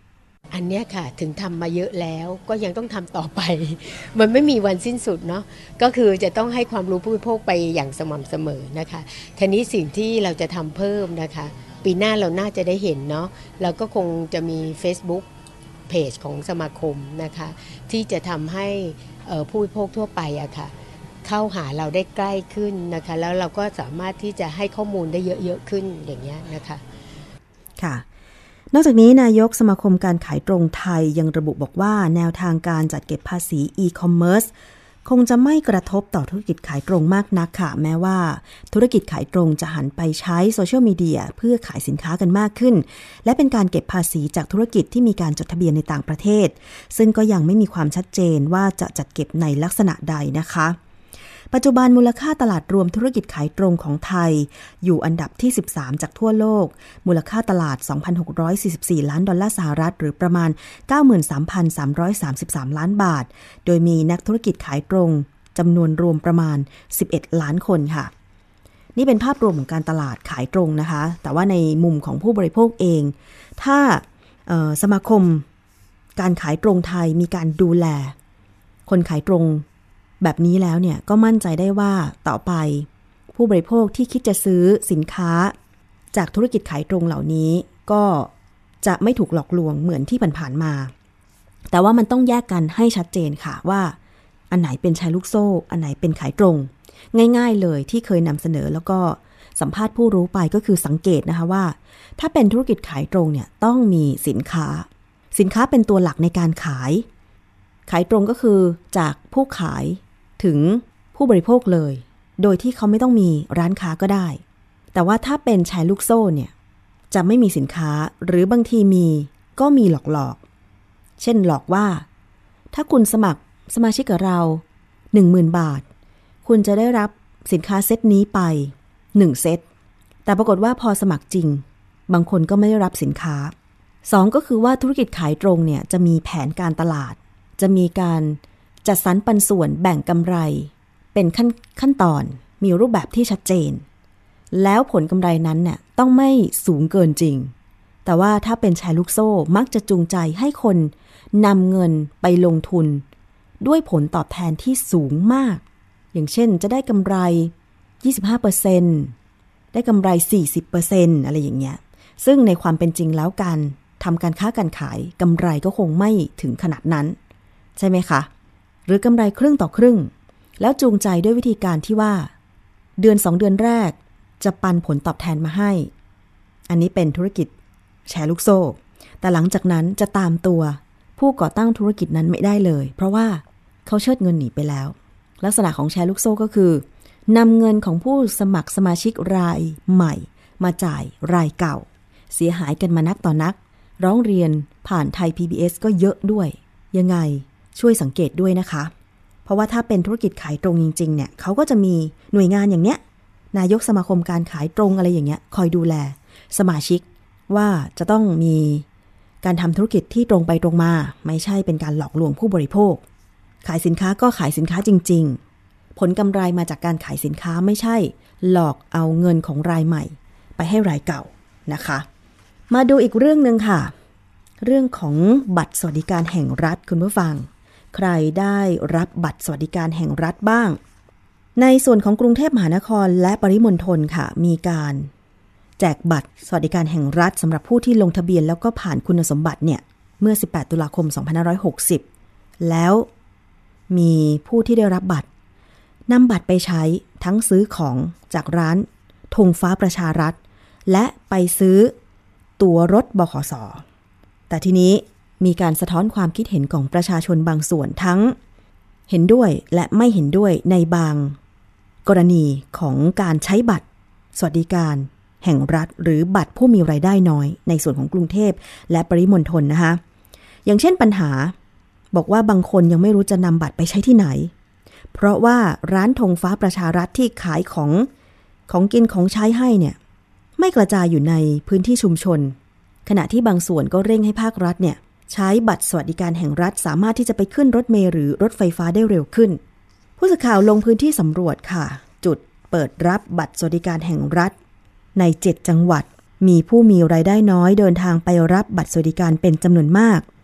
อันเนี้ยค่ะถึงทำมาเยอะแล้วก็ยังต้องทำต่อไปมันไม่มีวันสิ้นสุดเนาะก็คือจะต้องให้ความรู้ผู้บริโภคไปอย่างสม่ำเสมอนะคะทีนี้สิ่งที่เราจะทำเพิ่มนะคะปีหน้าเราน่าจะได้เห็นเนาะเราก็คงจะมี Facebook เพจของสมาคมนะคะที่จะทำให้ผู้บริโภคทั่วไปอะค่ะเข้าหาเราได้ใกล้ขึ้นนะคะแล้วเราก็สามารถที่จะให้ข้อมูลได้เยอะๆขึ้นอย่างเงี้ยนะคะ
ค่ะนอกจากนี้นายกสมาคมการขายตรงไทยยังระบุบอกว่าแนวทางการจัดเก็บภาษีอีคอมเมิร์ซคงจะไม่กระทบต่อธุรกิจขายตรงมากนักค่ะแม้ว่าธุรกิจขายตรงจะหันไปใช้โซเชียลมีเดียเพื่อขายสินค้ากันมากขึ้นและเป็นการเก็บภาษีจากธุรกิจที่มีการจดทะเบียนในต่างประเทศซึ่งก็ยังไม่มีความชัดเจนว่าจะจัดเก็บในลักษณะใดนะคะปัจจุบันมูลค่าตลาดรวมธุรกิจขายตรงของไทยอยู่อันดับที่สิบสามจากทั่วโลกมูลค่าตลาด สองพันหกร้อยสี่สิบสี่ ล้านดอลลาร์สหรัฐหรือประมาณ เก้าหมื่นสามพันสามร้อยสามสิบสาม ล้านบาทโดยมีนักธุรกิจขายตรงจำนวนรวมประมาณสิบเอ็ดล้านคนค่ะนี่เป็นภาพรวมของการตลาดขายตรงนะคะแต่ว่าในมุมของผู้บริโภคเองถ้าสมาคมการขายตรงไทยมีการดูแลคนขายตรงแบบนี้แล้วเนี่ยก็มั่นใจได้ว่าต่อไปผู้บริโภคที่คิดจะซื้อสินค้าจากธุรกิจขายตรงเหล่านี้ก็จะไม่ถูกหลอกลวงเหมือนที่ผ่านๆมาแต่ว่ามันต้องแยกกันให้ชัดเจนค่ะว่าอันไหนเป็นแชร์ลูกโซ่อันไหนเป็นขายตรงง่ายๆเลยที่เคยนำเสนอแล้วก็สัมภาษณ์ผู้รู้ไปก็คือสังเกตนะคะว่าถ้าเป็นธุรกิจขายตรงเนี่ยต้องมีสินค้าสินค้าเป็นตัวหลักในการขายขายตรงก็คือจากผู้ขายถึงผู้บริโภคเลยโดยที่เขาไม่ต้องมีร้านค้าก็ได้แต่ว่าถ้าเป็นแชร์ลูกโซ่เนี่ยจะไม่มีสินค้าหรือบางทีมีก็มีหลอกๆเช่นหลอกว่าถ้าคุณสมัครสมาชิกกับเรา หนึ่งหมื่น บาทคุณจะได้รับสินค้าเซตนี้ไปหนึ่งเซตแต่ปรากฏว่าพอสมัครจริงบางคนก็ไม่ได้รับสินค้าสองก็คือว่าธุรกิจขายตรงเนี่ยจะมีแผนการตลาดจะมีการจัดสรรปันส่วนแบ่งกำไรเป็นขั้นขั้นตอนมีรูปแบบที่ชัดเจนแล้วผลกำไรนั้นเนี่ยต้องไม่สูงเกินจริงแต่ว่าถ้าเป็นแชร์ลูกโซ่มักจะจูงใจให้คนนำเงินไปลงทุนด้วยผลตอบแทนที่สูงมากอย่างเช่นจะได้กำไร ยี่สิบห้าเปอร์เซ็นต์ ได้กำไร สี่สิบเปอร์เซ็นต์ อะไรอย่างเงี้ยซึ่งในความเป็นจริงแล้วการทำการค้าการขายกำไรก็คงไม่ถึงขนาดนั้นใช่ไหมคะหรือกำไรครึ่งต่อครึ่งแล้วจูงใจด้วยวิธีการที่ว่าเดือนสองเดือนแรกจะปันผลตอบแทนมาให้อันนี้เป็นธุรกิจแชร์ลูกโซ่แต่หลังจากนั้นจะตามตัวผู้ก่อตั้งธุรกิจนั้นไม่ได้เลยเพราะว่าเขาเชิดเงินหนีไปแล้วลักษณะของแชร์ลูกโซ่ก็คือนำเงินของผู้สมัครสมาชิกรายใหม่มาจ่ายรายเก่าเสียหายกันมานักต่อนักร้องเรียนผ่านไทย พี บี เอส ก็เยอะด้วยยังไงช่วยสังเกตด้วยนะคะเพราะว่าถ้าเป็นธุรกิจขายตรงจริงๆเนี่ยเขาก็จะมีหน่วยงานอย่างเนี้ยนายกสมาคมการขายตรงอะไรอย่างเงี้ยคอยดูแลสมาชิกว่าจะต้องมีการทำธุรกิจที่ตรงไปตรงมาไม่ใช่เป็นการหลอกลวงผู้บริโภคขายสินค้าก็ขายสินค้าจริงๆผลกำไรมาจากการขายสินค้าไม่ใช่หลอกเอาเงินของรายใหม่ไปให้รายเก่านะคะมาดูอีกเรื่องนึงค่ะเรื่องของบัตรสวัสดิการแห่งรัฐคุณผู้ฟังใครได้รับบัตรสวัสดิการแห่งรัฐบ้างในส่วนของกรุงเทพมหานครและปริมณฑลค่ะมีการแจกบัตรสวัสดิการแห่งรัฐสำหรับผู้ที่ลงทะเบียนแล้วก็ผ่านคุณสมบัติเนี่ยเมื่อสิบแปดตุลาคมสองพันห้าร้อยหกสิบแล้วมีผู้ที่ได้รับบัตรนำบัตรไปใช้ทั้งซื้อของจากร้านธงฟ้าประชารัฐและไปซื้อตั๋วรถบขส.แต่ทีนี้มีการสะท้อนความคิดเห็นของประชาชนบางส่วนทั้งเห็นด้วยและไม่เห็นด้วยในบางกรณีของการใช้บัตรสวัสดิการแห่งรัฐหรือบัตรผู้มีรายได้น้อยในส่วนของกรุงเทพและปริมณฑลนะคะอย่างเช่นปัญหาบอกว่าบางคนยังไม่รู้จะนำบัตรไปใช้ที่ไหนเพราะว่าร้านธงฟ้าประชารัฐที่ขายของของกินของใช้ให้เนี่ยไม่กระจายอยู่ในพื้นที่ชุมชนขณะที่บางส่วนก็เร่งให้ภาครัฐเนี่ยใช้บัตรสวัสดิการแห่งรัฐสามารถที่จะไปขึ้นรถเมล์หรือรถไฟฟ้าได้เร็วขึ้นผู้สื่อข่าวลงพื้นที่สำรวจค่ะจุดเปิดรับบัตรสวัสดิการแห่งรัฐในเจ็ดจังหวัดมีผู้มีรายได้น้อยเดินทางไปรับบัตรสวัสดิการเป็นจำนวนมาก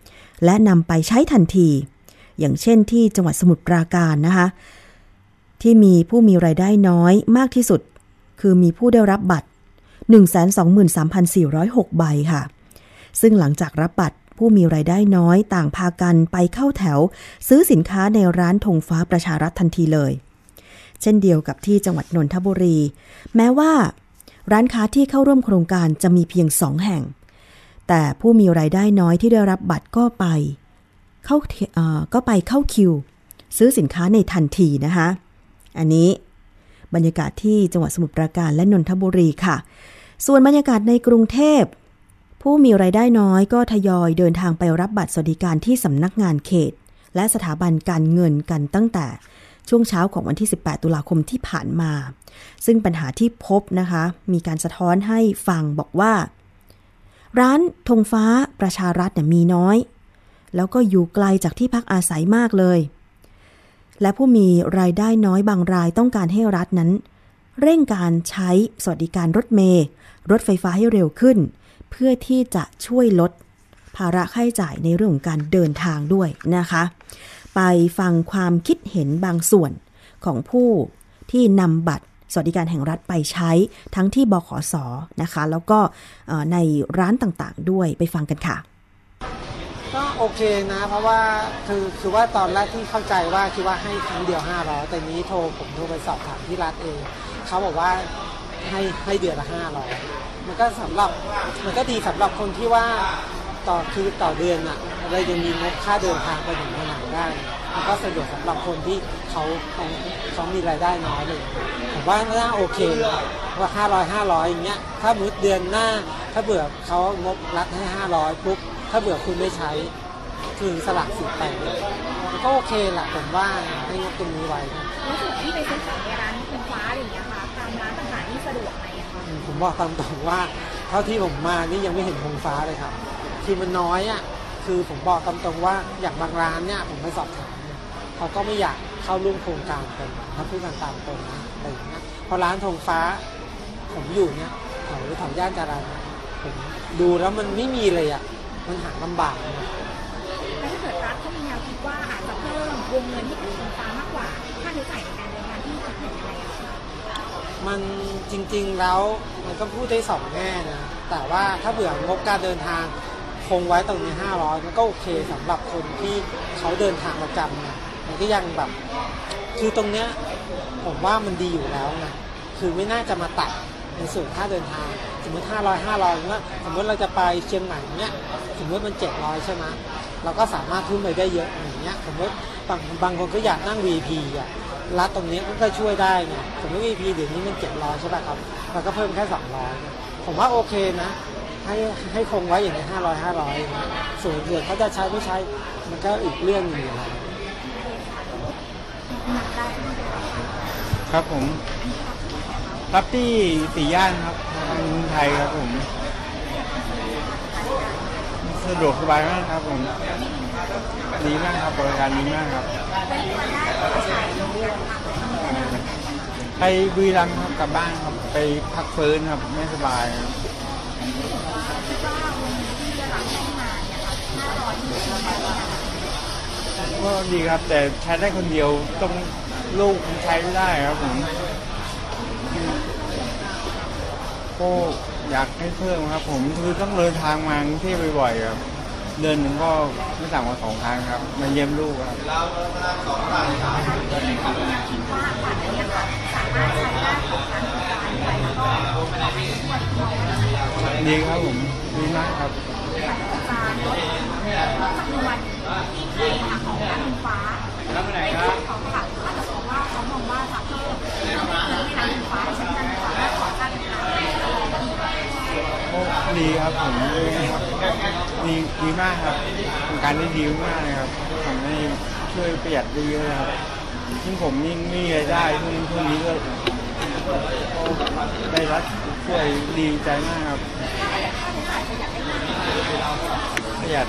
และนำไปใช้ทันทีอย่างเช่นที่จังหวัดสมุทรปราการนะคะที่มีผู้มีรายได้น้อยมากที่สุดคือมีผู้ได้รับบัตร หนึ่งแสนสองหมื่นสามพันสี่ร้อยหก ใบค่ะซึ่งหลังจากรับบัตรผู้มีรายได้น้อยต่างพากันไปเข้าแถวซื้อสินค้าในร้านธงฟ้าประชารัฐทันทีเลยเช่นเดียวกับที่จังหวัดนนทบุรีแม้ว่าร้านค้าที่เข้าร่วมโครงการจะมีเพียงสองแห่งแต่ผู้มีรายได้น้อยที่ได้รับบัตรก็ไปเข้าเอ่อก็ไปเข้าคิวซื้อสินค้าในทันทีนะคะอันนี้บรรยากาศที่จังหวัดสมุทรปราการและนนทบุรีค่ะส่วนบรรยากาศในกรุงเทพผู้มีรายได้น้อยก็ทยอยเดินทางไปรับบัตรสวัสดิการที่สำนักงานเขตและสถาบันการเงินกันตั้งแต่ช่วงเช้าของวันที่สิบแปดตุลาคมที่ผ่านมาซึ่งปัญหาที่พบนะคะมีการสะท้อนให้ฟังบอกว่าร้านธงฟ้าประชารัฐเนี่ยมีน้อยแล้วก็อยู่ไกลจากที่พักอาศัยมากเลยและผู้มีรายได้น้อยบางรายต้องการให้รัฐนั้นเร่งการใช้สวัสดิการรถเมล์รถไฟฟ้าให้เร็วขึ้นเพื่อที่จะช่วยลดภาระค่าใช้จ่ายในเรื่องของการเดินทางด้วยนะคะไปฟังความคิดเห็นบางส่วนของผู้ที่นำบัตรสวัสดิการแห่งรัฐไปใช้ทั้งที่บขส.นะคะแล้วก็ในร้านต่างๆด้วยไปฟังกันค่ะ
ก็โอเคนะเพราะว่าคือคือว่าตอนแรกที่เข้าใจว่าคิดว่าให้ครั้งเดียวห้าร้อยแต่นี้โทรผมโทรไปสอบถามที่รัฐเองเขาบอกว่าให้ให้เดือนละห้าร้อยมันก็สำหรับมันก็ดีสำหรับคนที่ว่าต่อคือต่อเดือนอ่ะเรายังมีงบค่าเดินทางไปถึงขนาดได้มันก็สะดวกสำหรับคนที่เขาเขามีรายได้น้อยเลยผมว่าน่าโอเคว่าห้าร้อย ห้าร้อยอย่างเงี้ยถ้ามุดเดือนหน้าถ้าเบื่อเขางบรัฐให้ห้าร้อยปุ๊บถ้าเบื่อคุณไม่ใช้คือสลักสิทธิ์ไปมันก็โอเคแหละผมว่าให้งบตรงนี้ไว้
แล้วส่วนที่ไปซื้อของในร้านธงฟ้าอะไรอย่างเงี้ยค่ะตามร้านต่างๆนี่สะดวกไหมคะ
ผมบอกตามตรงว่าเท่าที่ผมมานี่ยังไม่เห็นธงฟ้าเลยครับคือมันน้อยอ่ะคือผมบอกตามตรงว่าอย่างบางร้านเนี่ยผมไปสอบถามเขาก็ไม่อยากเข้าร่วมโครงการกันถ้าพูดกันตามตรงนะอะไรอย่างเงี้ยพอร้านธงฟ้าผมอยู่เนี่ยแถวแถวย่านจรัญผมดูแล้วมันไม่มีเลยอ่ะมันหาลำบากนะ
แล้วถ้าเกิดรัฐเขามีแนวคิดว่าอาจจะเพิ่มวงเงินให้กับธงฟ้ามากกว่าค่าใช้จ่ายในการเดินทางที่คิดเห็นยังไงอะ
มันจริงๆแล้วมันก็พูดได้สองแง่นะแต่ว่าถ้าเบื่องบการเดินทางคงไว้ตรงนี้ห้าร้อยมันก็โอเคสำหรับคนที่เขาเดินทางประจำนะมันก็ยังแบบคือตรงเนี้ยผมว่ามันดีอยู่แล้วนะคือไม่น่าจะมาตัดในส่วนค่าเดินทางสมมติห้าร้อย ห้าร้อยว่าสมมติเราจะไปเชียงใหม่เนี้ยสมมติมันเจ็ดร้อยใช่ไหมเราก็สามารถทุ่มไปได้เยอะอย่างเงี้ยสมมติบางบางคนก็อยากนั่ง วี ไอ พี อ่ะรัฐตรงนี้มันก็ช่วยได้ไงสมมติ วี ไอ พี เดี๋ยวนี้มันเจ็ดร้อยใช่ป่ะครับเราก็เพิ่มแค่สองร้อยผมว่าโอเคนะให้ให้คงไว้อย่างนี้ห้าร้อย ห้าร้อยส่วนส่วนเขาจะใช้ไม่ใช้มันก็อีกเรื่องนึง
ครับผมรับที่สี่ย่านครับทางไทยครับผมสะดวกสบายมากครับผมดีมากครับบริการดีมากครับไปบุรีรัมย์ครับกลับบ้านครับไปพักฟื้นครับไม่สบายครับก็ดีครับแต่ใช้ได้คนเดียวต้องลูกใช้ไม่ได้ครับผมก็อยากให้เพิ่มครับผมคือต้องเดินทางมากรุงเทพบ่อยๆครับเดือนหนึ่งก็ไม่ต่ำกว่าสองครั้งครับมาเยี่ยมลูกครับดีครับผมดีมากครับ
แล้วไปไหนครับเขาค่ะอาจจะบอกว่าเขามองว่าจะเพิ่มเงินให้ร้านธงฟ้าเช่นกันค่ะและขอการทำ
ดีครับผมดีดีมากครับโครงการนี้ดีมากเลยครับทำให้ช่วยประหยัดได้เยอะครับยิ่งผมยิ่งมีรายได้ช่วงช่วงนี้ก็ได้รับช่วยดีใจมากครับประหยัด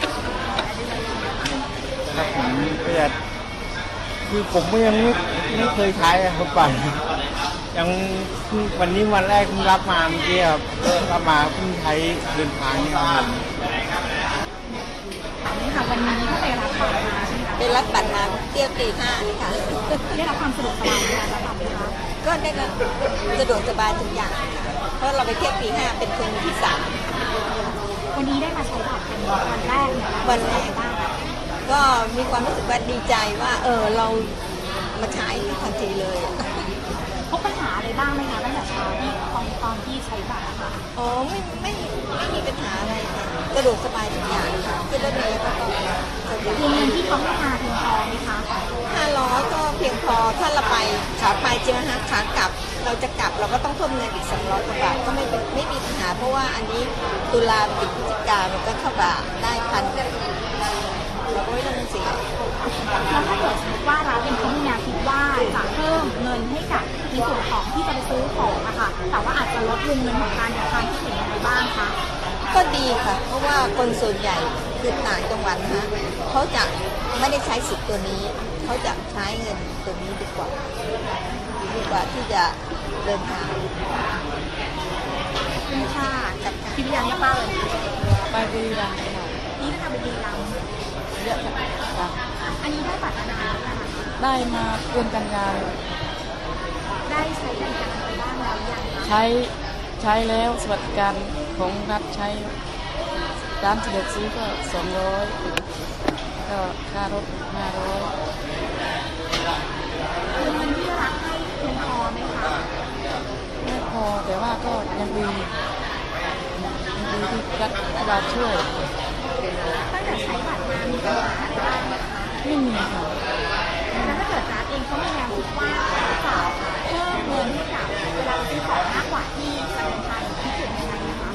ครับผมประหยัดคือผมก็ยังไม่ไม่เคยใช้ครับไปยังวันนี้วันแรกเพิ่งรับมาเมื่อกี้ครับรับมาเพิ่งใช้เดินทางนี่ครับ
นี่ค่ะวันนี้ก็ไปรับบัตรมาใช่ไหมคะ
ไปรับบัตรมาเที่ยวตีห้าค่ะ
ได้รับความสะดวกสบายในการรับบัตรไหมคะ
ก็ได้รับสะดวกสบายทุกอย่างเพราะเราไปเที่ยวตีห้าเป็นคนที่สาม
วันนี้ได้มาใช้บัตรเป็นวันแรกเนี่ย
วันแรกก็มีความรู้สึกว่าดีใจว่าเออเรามาใช้ทันทีเลย
พบปัญหาอะไรบ้างไหมคะตั้งแต่เช้าตอนตอนที่ใช้บัตรนะคะ
อ๋อไม่ไม่ไม่มีปัญหาอะไรค่ะสะดวกสบายทุกอย่างค่ะคือรถเมล์ก็ต้อง
เงินที่เขาให้มาเพียงพอไหมคะ
ห้าร้อยก็เพียงพอถ้าเราไปขาไปใช่ไหมคะขากลับเราจะกลับเราก็ต้องเพิ่มเงินอีกสองร้อยกว่าบาทก็ไม่ไม่มีปัญหาเพราะว่าอันนี้ตุลาปิดพฤศจิกามันก็เข้าบาทได้พันเราก็ไม่ต้องเสีย
แล้วถ้าเกิดสมมติว่าเราเป็นคนมีแนวคิดว่าจะเพิ่มเงินให้กับในส่วนของที่จะไปซื้อของอะค่ะแต่ว่าอาจจะลดวงเงินของการเดินทางที่เป็นยังไงบ้างคะ
ก็ดีค่ะเพราะว่าคนส่วนใหญ่คือต่างจังหวัดนะเขาจะไม่ได้ใช้สิทธิ์ตัวนี้เขาจะใช้เงินตัวนี้ดีกว่าดีกว่าที่จะเดินทาง
คุณค่ากับพิพิธภัณฑ์ป้าเลย
ไปบุรีรัมย์ค่ะ
นี่ทำไปบุรีรัมย์
เยอะค่ะ
อันนี้ได้บัตรนานแล้วนะคะ
ได้มาเดือนกันยายน
ได้ใช้บริการไปบ้างแล้วยัง
ใช้ใช้แล้วสวัสดิการของรัฐใช้ร้านสะดวกซื้อก็สองร้อยก็ค่ารถห้าร้อย
เงินที่รัฐให้เพียงพอไหมคะ
ไม่พอแต่ว่าก็ยังดียังดีที่รัฐมาช่วย
ตั้งแต่ใช้บัตรมามีปัญหาอะไรบ้างไหมคะ
ไม่มีค่ะ
แล้วถ้าเกิดรัฐเองเขามีแนวคิดว่าจะเพิ่มเงินให้กับเวลาเราซื้อของมากกว่าที่การเดินทางที่จุดไหนนะคะ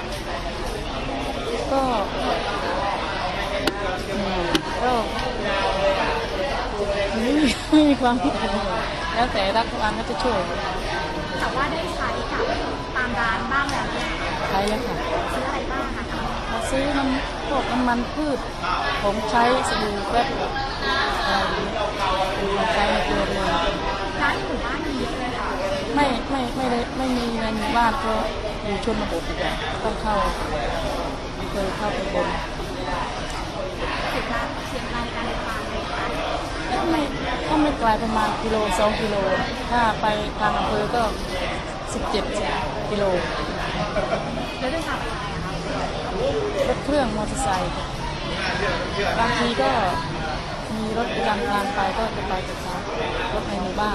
ก็ก็ไม่มีไม่มีความคิดแล้วแต่รัฐบาลก็จะช่วย
แต่ว่าได้ใช้กับตามร้านบ้างแล้วเนี่ย
ใช้แล้วค่ะ
ซื้ออะไรบ้างคะ
มาซื้อน้ำพวกน้ำมันพืชผมใช้สบู่แป๊บอะไรใช้ในตัวเลย
ร้านในหมู่บ้านมีเยอะเลยค่ะ
ไม่ไม่ไม่ได้ไม่มีในหมู่บ้านก็อยู่ชนบทต้องเข้าเคยเข้าไปบน
เสียเวลาเสียเวลาในการเดินทางเลยค่ะ
ไม่ก็ไม่ไกลประมาณกิโลสองกิโลถ้าไปทางอำเภอก็สิบเจ็ดกิโล
แล้วเดินทางไปไหนคะ
รถเครื่องมอเตอร์ไซค์บางทีก็มีรถประจำทางไปก็จะไปกับรถในหมู่บ้าน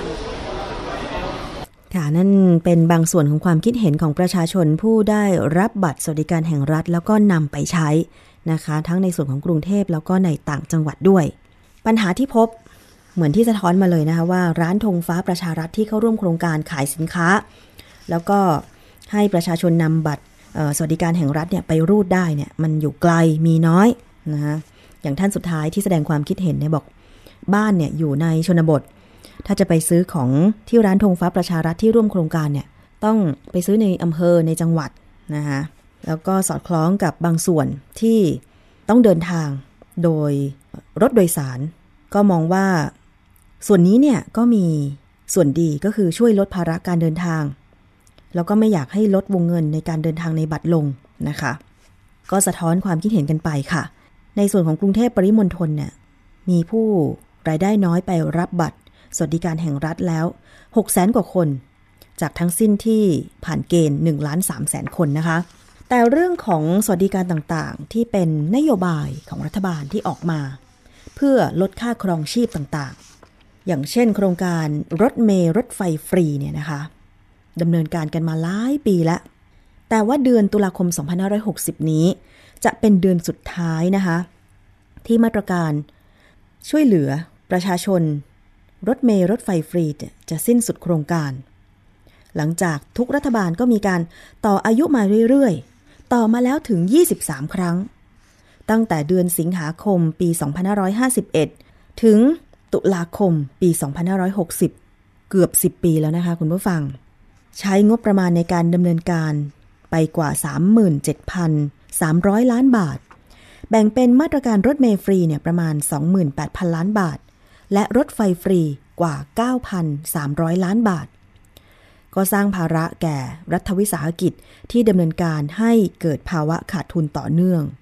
ค่ะนั่นเป็นบางส่วนของความคิดเห็นของประชาชนผู้ได้รับบัตรสวัสดิการแห่งรัฐแล้วก็นำไปใช้นะคะทั้งในส่วนของกรุงเทพแล้วก็ในต่างจังหวัดด้วยปัญหาที่พบเหมือนที่สะท้อนมาเลยนะคะว่าร้านธงฟ้าประชารัฐที่เข้าร่วมโครงการขายสินค้าแล้วก็ให้ประชาชนนำบัตรสวัสดิการแห่งรัฐเนี่ยไปรูดได้เนี่ยมันอยู่ไกลมีน้อยนะคะอย่างท่านสุดท้ายที่แสดงความคิดเห็นเนี่ยบอกบ้านเนี่ยอยู่ในชนบทถ้าจะไปซื้อของที่ร้านธงฟ้าประชารัฐที่ร่วมโครงการเนี่ยต้องไปซื้อในอำเภอในจังหวัดนะคะแล้วก็สอดคล้องกับบางส่วนที่ต้องเดินทางโดยรถโดยสารก็มองว่าส่วนนี้เนี่ยก็มีส่วนดีก็คือช่วยลดภาระการเดินทางแล้วก็ไม่อยากให้ลดวงเงินในการเดินทางในบัตรลงนะคะก็สะท้อนความคิดเห็นกันไปค่ะในส่วนของกรุงเทพปริมณฑลเนี่ยมีผู้รายได้น้อยไปรับบัตรสวัสดิการแห่งรัฐแล้วหกแสนกว่าคนจากทั้งสิ้นที่ผ่านเกณฑ์หนึ่งล้านสามแสนคนนะคะแต่เรื่องของสวัสดิการต่างๆที่เป็นนโยบายของรัฐบาลที่ออกมาเพื่อลดค่าครองชีพต่างๆอย่างเช่นโครงการรถเมล์รถไฟฟรีเนี่ยนะคะดำเนินการกันมาหลายปีแล้วแต่ว่าเดือนตุลาคมสองพันห้าร้อยหกสิบนี้จะเป็นเดือนสุดท้ายนะคะที่มาตรการช่วยเหลือประชาชนรถเมล์รถไฟฟรีจะสิ้นสุดโครงการหลังจากทุกรัฐบาลก็มีการต่ออายุมาเรื่อยๆต่อมาแล้วถึงยี่สิบสามครั้งตั้งแต่เดือนสิงหาคมปีสองพันห้าร้อยห้าสิบเอ็ดถึงตุลาคมปีสองพันห้าร้อยหกสิบเกือบสิบปีแล้วนะคะคุณผู้ฟังใช้งบประมาณในการดำเนินการไปกว่า สามหมื่นเจ็ดพันสามร้อย ล้านบาทแบ่งเป็นมาตรการรถเมล์ฟรีเนี่ยประมาณ สองหมื่นแปดพัน ล้านบาทและรถไฟฟรีกว่า เก้าพันสามร้อย ล้านบาทก็สร้างภาระแก่รัฐวิสาหกิจที่ดำเนินการให้เกิดภาวะขาดทุนต่อเนื่อง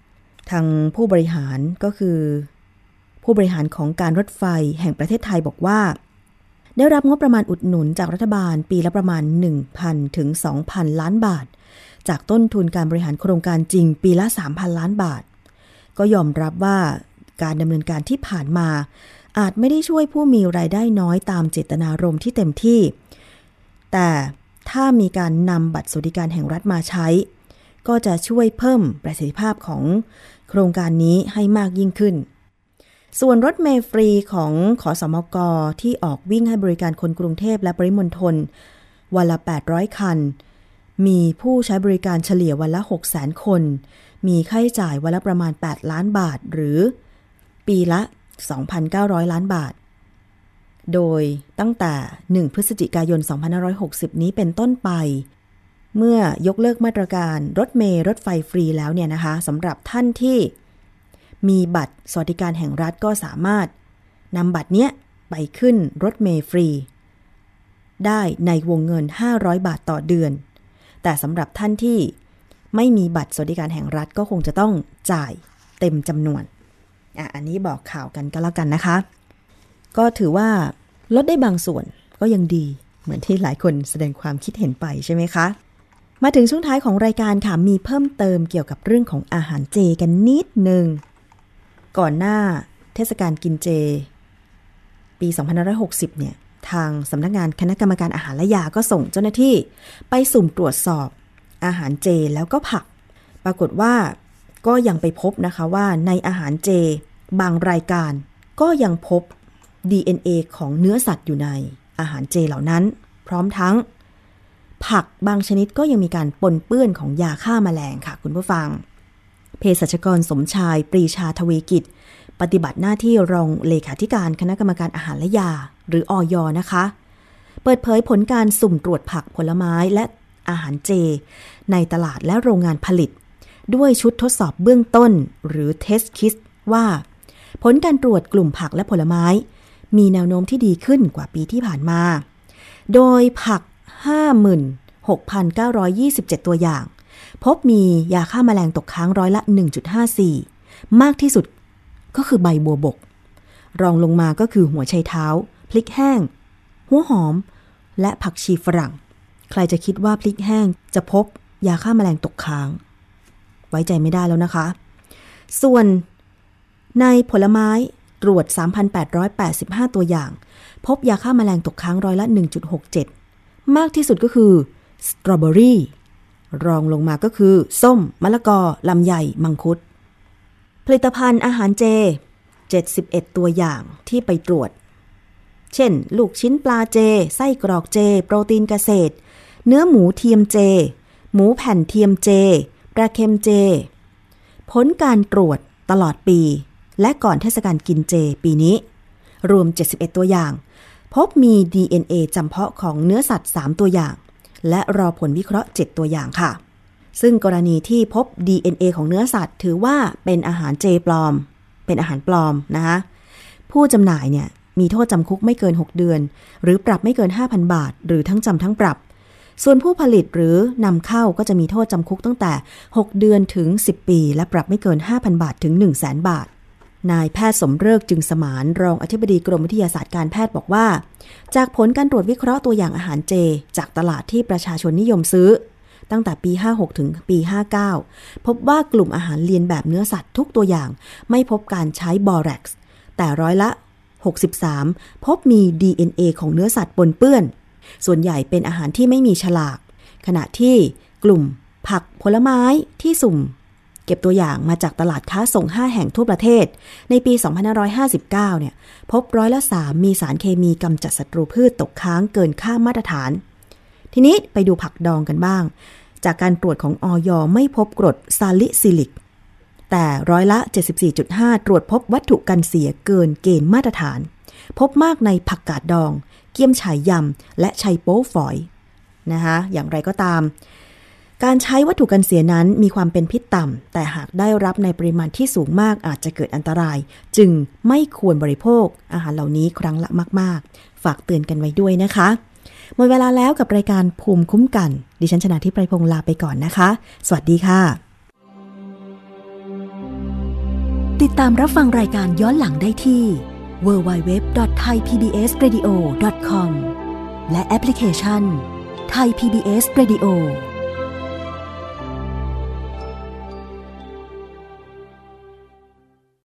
ทางผู้บริหารก็คือผู้บริหารของการรถไฟแห่งประเทศไทยบอกว่าได้รับงบประมาณอุดหนุนจากรัฐบาลปีละประมาณ หนึ่งพัน ถึง สองพัน ล้านบาทจากต้นทุนการบริหารโครงการจริงปีละ สามพัน ล้านบาทก็ยอมรับว่าการดำเนินการที่ผ่านมาอาจไม่ได้ช่วยผู้มีรายได้น้อยตามเจตนารมณ์ที่เต็มที่แต่ถ้ามีการนำบัตรสวัสดิการแห่งรัฐมาใช้ก็จะช่วยเพิ่มประสิทธิภาพของโครงการนี้ให้มากยิ่งขึ้นส่วนรถเมล์ฟรีของขสมกที่ออกวิ่งให้บริการคนกรุงเทพและปริมณฑลวันละแปดร้อยคันมีผู้ใช้บริการเฉลี่ยวันละ หกแสน คนมีค่าใช้จ่ายวันละประมาณแปดล้านบาทหรือปีละ สองพันเก้าร้อย ล้านบาทโดยตั้งแต่หนึ่งพฤศจิกายนสองพันห้าร้อยหกสิบนี้เป็นต้นไปเมื่อยกเลิกมาตรการรถเมล์รถไฟฟรีแล้วเนี่ยนะคะสำหรับท่านที่มีบัตรสวัสดิการแห่งรัฐก็สามารถนำบัตรเนี้ยไปขึ้นรถเมล์ฟรีได้ในวงเงินห้าร้อยบาทต่อเดือนแต่สำหรับท่านที่ไม่มีบัตรสวัสดิการแห่งรัฐก็คงจะต้องจ่ายเต็มจำนวนอ่ะอันนี้บอกข่าวกันก็แล้วกันนะคะก็ถือว่าลดได้บางส่วนก็ยังดีเหมือนที่หลายคนแสดงความคิดเห็นไปใช่ไหมคะมาถึงช่วงท้ายของรายการค่ะมีเพิ่มเติมเกี่ยวกับเรื่องของอาหารเจกันนิดนึงก่อนหน้าเทศกาลกินเจปีสองพันห้าร้อยหกสิบเนี่ยทางสำนักงานคณะกรรมการอาหารและยาก็ส่งเจ้าหน้าที่ไปสุ่มตรวจสอบอาหารเจแล้วก็ผักปรากฏว่าก็ยังไปพบนะคะว่าในอาหารเจบางรายการก็ยังพบ ดี เอ็น เอ ของเนื้อสัตว์อยู่ในอาหารเจเหล่านั้นพร้อมทั้งผักบางชนิดก็ยังมีการปนเปื้อนของยาฆ่าแมลงค่ะคุณผู้ฟังเภสัชกรสมชายปรีชาทวีกิจปฏิบัติหน้าที่รองเลขาธิการคณะกรรมการอาหารและยาหรืออย.นะคะเปิดเผยผลการสุ่มตรวจผักผลไม้และอาหารเจในตลาดและโรงงานผลิตด้วยชุดทดสอบเบื้องต้นหรือ Test Kit ว่าผลการตรวจกลุ่มผักและผลไม้มีแนวโน้มที่ดีขึ้นกว่าปีที่ผ่านมาโดยผัก ห้าหมื่นหกพันเก้าร้อยยี่สิบเจ็ด ตัวอย่างพบมียาฆ่าแมลงตกค้างร้อยละ หนึ่งจุดห้าสี่ มากที่สุดก็คือใบบัวบกรองลงมาก็คือหัวไชเท้าพริกแห้งหัวหอมและผักชีฝรั่งใครจะคิดว่าพริกแห้งจะพบยาฆ่าแมลงตกค้างไว้ใจไม่ได้แล้วนะคะส่วนในผลไม้ตรวจ สามพันแปดร้อยแปดสิบห้า ตัวอย่างพบยาฆ่าแมลงตกค้างร้อยละ หนึ่งจุดหกเจ็ด มากที่สุดก็คือสตรอเบอรี่รองลงมาก็คือส้มมะละกอลำไยมังคุดผลิตภัณฑ์อาหารเจเจ็ดสิบเอ็ดตัวอย่างที่ไปตรวจเช่นลูกชิ้นปลาเจไส้กรอกเจโปรตีนเกษตรเนื้อหมูเทียมเจหมูแผ่นเทียมเจปลาเค็มเจผลการตรวจตลอดปีและก่อนเทศกาลกินเจปีนี้รวมเจ็ดสิบเอ็ดตัวอย่างพบมี ดี เอ็น เอ จำเพาะของเนื้อสัตว์สามตัวอย่างและรอผลวิเคราะห์เจ็ดตัวอย่างค่ะซึ่งกรณีที่พบ ดี เอ็น เอ ของเนื้อสัตว์ถือว่าเป็นอาหารเจปลอมเป็นอาหารปลอมนะคะผู้จำหน่ายเนี่ยมีโทษจำคุกไม่เกินหกเดือนหรือปรับไม่เกิน ห้าพัน บาทหรือทั้งจำทั้งปรับส่วนผู้ผลิตหรือนำเข้าก็จะมีโทษจำคุกตั้งแต่หกเดือนถึงสิบปีและปรับไม่เกิน ห้าพัน บาทถึง หนึ่งแสน บาทนายแพทย์สมฤกษ์จึงสมานรองอธิบดีกรมวิทยาศาสตร์การแพทย์บอกว่าจากผลการตรวจวิเคราะห์ตัวอย่างอาหารเจจากตลาดที่ประชาชนนิยมซื้อตั้งแต่ปีห้าหกถึงปีห้าเก้าพบว่ากลุ่มอาหารเลียนแบบเนื้อสัตว์ทุกตัวอย่างไม่พบการใช้บอแร็กซ์แต่ร้อยละหกสิบสามพบมี ดี เอ็น เอ ของเนื้อสัตว์ปนเปื้อนส่วนใหญ่เป็นอาหารที่ไม่มีฉลากขณะที่กลุ่มผักผลไม้ที่สุ่มเก็บตัวอย่างมาจากตลาดค้าส่งห้าแห่งทั่วประเทศในปีสองพันห้าร้อยห้าสิบเก้าเนี่ยพบร้อยละสามมีสารเคมีกำจัดศัตรูพืชตกค้างเกินค่ามาตรฐานทีนี้ไปดูผักดองกันบ้างจากการตรวจของอย.ไม่พบกรดซาลิซิลิกแต่ร้อยละ เจ็ดสิบสี่จุดห้า ตรวจพบวัตถุกันเสียเกินเกณฑ์มาตรฐานพบมากในผักกาดดองเกี๊ยมฉ่ายยำและไชโป๊ฝอยนะคะอย่างไรก็ตามการใช้วัตถุกันเสียนั้นมีความเป็นพิษต่ำแต่หากได้รับในปริมาณที่สูงมากอาจจะเกิดอันตรายจึงไม่ควรบริโภคอาหารเหล่านี้ครั้งละมากๆฝากเตือนกันไว้ด้วยนะคะหมดเวลาแล้วกับรายการภูมิคุ้มกันดิฉันชนาธิปไพพงษ์ลาไปก่อนนะคะสวัสดีค่ะ
ดตามรับฟังรายการย้อนหลังได้ที่ ดับเบิลยู ดับเบิลยู ดับเบิลยู ดอท ไทย พี บี เอส เรดิโอ ดอท คอม และแอปพลิเคชัน Thai พี บี เอส Radio